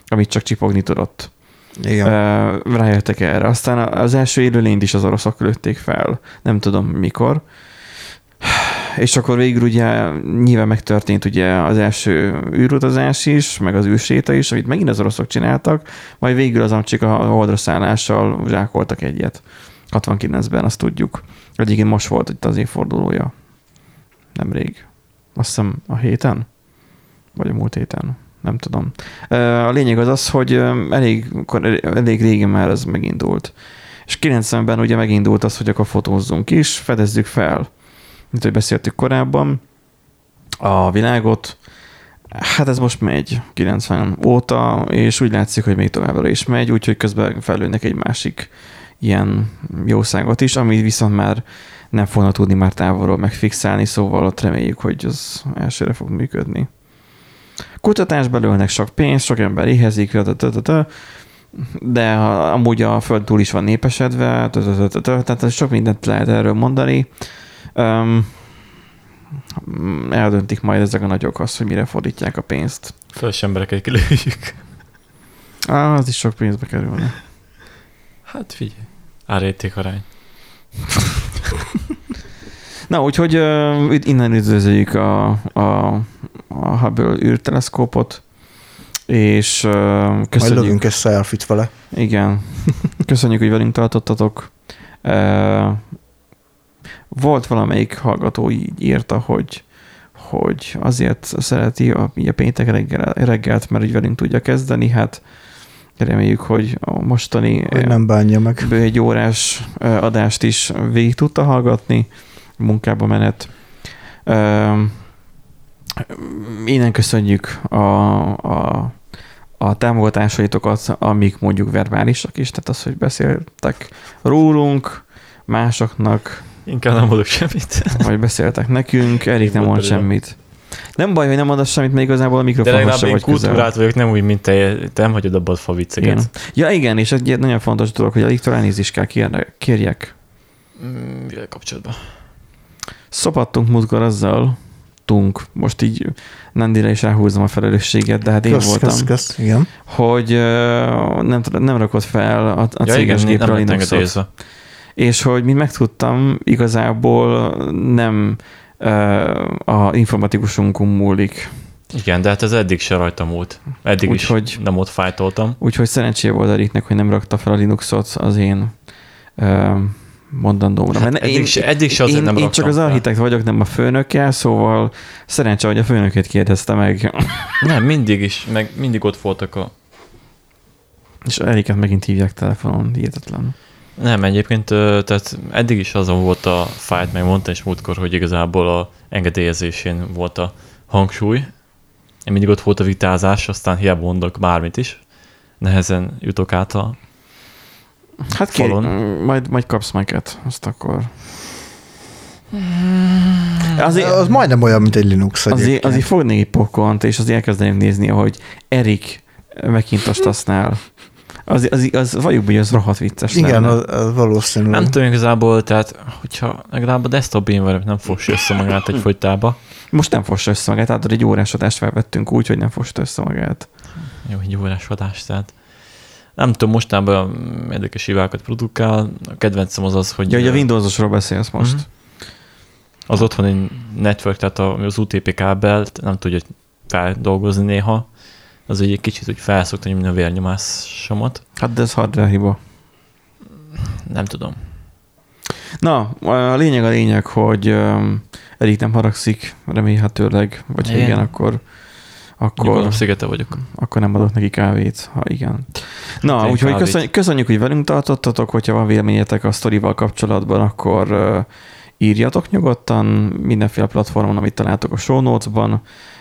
amit csak csipogni tudott. Igen. Rájöttek erre. Aztán az első élőlényt is az oroszok lőtték fel. Nem tudom mikor. És akkor végül ugye nyilván megtörtént ugye az első űrutazás is, meg az űrséta is, amit megint az oroszok csináltak, majd végül az amcsik a holdra szállással zsákoltak egyet. 69-ben, azt tudjuk. Egyébként most volt itt az évfordulója. Nemrég. Azt hiszem a héten? Vagy a múlt héten? Nem tudom. A lényeg az az, hogy elég régen már ez megindult. És 90-ben ugye megindult az, hogy akkor fotózzunk is, fedezzük fel. Mint hogy beszéltük korábban, a világot. Hát ez most megy 90 óta, és úgy látszik, hogy még továbbra is megy, úgyhogy közben felülnek egy másik ilyen jószágot is, ami viszont már nem fognak tudni már távolról megfixálni, szóval ott reméljük, hogy az elsőre fog működni. Kutatásba lőnek sok pénz, sok ember éhezik, de amúgy a Föld túl is van népesedve, tehát sok mindent lehet erről mondani. Eldöntik majd ezek a nagyok azt, hogy mire fordítják a pénzt. Fölös embereket kilőjük. Az is sok pénzbe kerülne. Hát figyelj, árérték arány. Na, úgyhogy innen üdvözöljük a Hubble űrteleszkópot, és köszönjük. Majd lövünk egy selfie-t vele. Igen. Köszönjük, hogy velünk tartottatok. Volt valamelyik hallgató így írta, hogy azért szereti a péntek reggelt, mert így velünk tudja kezdeni. Hát reméljük, hogy a mostani hogy nem bánja meg. Egy órás adást is végig tudta hallgatni, munkába menet. Innen köszönjük a támogatásaitokat, amik mondjuk verbálisak is, tehát az, hogy beszéltek rólunk, másoknak. Inkább nem mondok semmit. Vagy beszéltek nekünk, Erik nem mond semmit. Nem baj, hogy nem mondasz semmit, mert igazából a mikrofonhoz sem vagy közel. De legalább én kultúrát vagyok, nem úgy, mint te nem hagyod abba a favicceket. Igen. Ja igen, és egy nagyon fontos dolog, hogy Eriktől elnézést kell kérjek. Mivel kapcsolatban? Szopattunk múltkor azzal, most így Nandira is ráhúzom a felelősséget, de hát én voltam, igen. hogy nem rakott fel a céges gépre a Linuxot. És hogy mint megtudtam, igazából nem a informatikusunkon múlik. Igen, de hát ez eddig se rajta múlt. Eddig is nem ott fájtoltam. Úgyhogy szerencsé volt Eriknek, hogy nem rakta fel a Linuxot az én mondandómra. Hát eddig se azért nem raktam én csak az architekt vagyok, nem a főnökkel, szóval szerencsé, hogy a főnökét kérdezte meg. Nem, mindig is, meg mindig ott voltak a... És Eriket megint hívják telefonon, hihetetlen. Nem, egyébként, tehát eddig is azon volt a fájt, meg mondta is múltkor, hogy igazából a engedélyezésén volt a hangsúly. Én mindig ott volt a vitázás, aztán hiába mondok bármit is. Nehezen jutok át a falon. Majd kapsz Mac-et, azt akkor... Az majdnem olyan, mint egy Linux egyébként. Azért fognék egy pokont, és azért elkezdeném nézni, ahogy Erik Macintosh-t használ. Az valljuk, hogy az rohadt vicces. Igen, az valószínű. Nem tudom igazából, tehát hogyha legalább a desktop én nem fossa össze magát egy folytába. Most nem fossa össze magát, tehát egy órás adást felvettünk úgy, hogy nem fossa össze magát. Jó, egy órás adást, tehát nem tudom, mostában érdekes hívákat produkál. A kedvencem az, hogy... Ja, hogy a Windowsosról beszélsz most. Mm-hmm. Az otthoni network, tehát az UTP kábelt nem tudja feldolgozni néha. Az egy kicsit, hogy felszokta nyomni a vérnyomásomat. Hát de ez hardware hiba. Nem tudom. Na, a lényeg, hogy Erik nem haragszik, remélhetőleg, vagy ha igen, akkor szigete vagyok. Akkor nem adok neki kávét, ha igen. Na, úgyhogy köszönjük, hogy velünk tartottatok, hogyha van véleményetek a sztorival kapcsolatban, akkor írjatok nyugodtan mindenféle platformon, amit találtok a show notes-ban,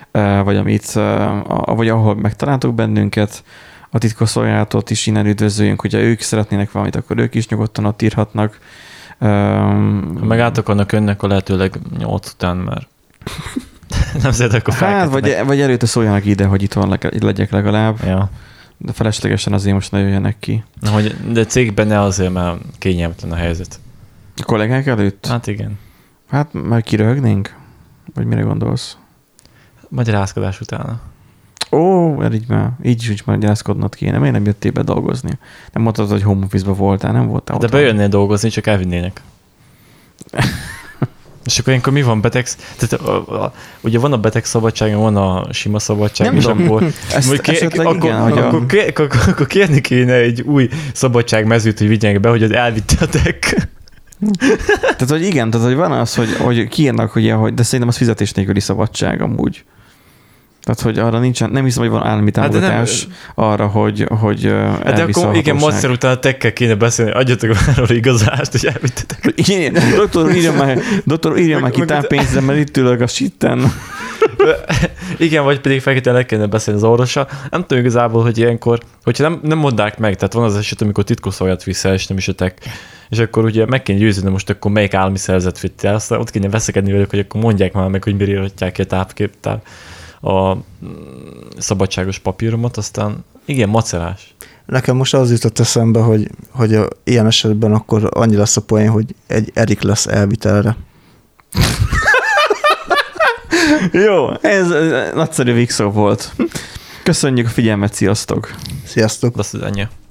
vagy ahol megtaláltok bennünket, a titkosszolgálatot is innen üdvözöljünk, hogyha ők szeretnének valamit, akkor ők is nyugodtan ott írhatnak. Ha megálltok annak önnek a lehetőleg 8 után, mert nem szeretek a felkeltenek. Hát, vagy előtte szóljanak ide, hogy itt legyek legalább. Ja. De feleslegesen azért most ne jöjjenek ki. De cégben ne azért, mert kényelmetlen a helyzet. A kollégák előtt? Hát igen. Hát már kiröhögnénk? Vagy mire gondolsz? Magyarázkodás utána. Ó, így is magyarázkodnod kéne. Miért nem jöttél be dolgozni? Nem mondtad, hogy home office-ban voltál, nem voltál De bejönnél dolgozni, csak elvinnének. És akkor ilyenkor mi van beteg? Tehát, ugye van a beteg szabadság, van a sima szabadság, nem és tudom. akkor, akkor kérni kéne egy új szabadságmezőt, hogy vigyenek be, hogy az elvittetek. Tehát, hogy igen, tehát, hogy van az, hogy kiírnak, ugye, hogy, de szerintem az fizetés nélküli szabadság amúgy. Tehát, hogy arra nincsen, nem hiszem, hogy van állami támogatás arra, hogy de akkor igen, magszer utána tekkel kéne beszélni, adjatok arról igazást, és elvittetek. Igen, doktor, írja már ki táppénzre, mert itt ülök a sitten. Igen, vagy pedig feltétlenül le kéne beszélni az orvossal. Nem tudom igazából, hogy ilyenkor, hogyha nem mondják meg, tehát van az eset, amikor titkosszolgat vissza, és nem is jöttek, és akkor ugye meg kéne győzni, most akkor melyik állami szervezet vitte, aztán ott kéne veszekedni velük, hogy akkor mondják már meg, hogy mire írhatják ki a szabadságos papíromat, aztán igen, macerás. Nekem most az jutott eszembe, hogy ilyen esetben akkor annyi lesz a poén, hogy egy Erik lesz elvitelre. Jó, ez nagyszerű végszó volt. Köszönjük a figyelmet, sziasztok! Sziasztok! До свидания.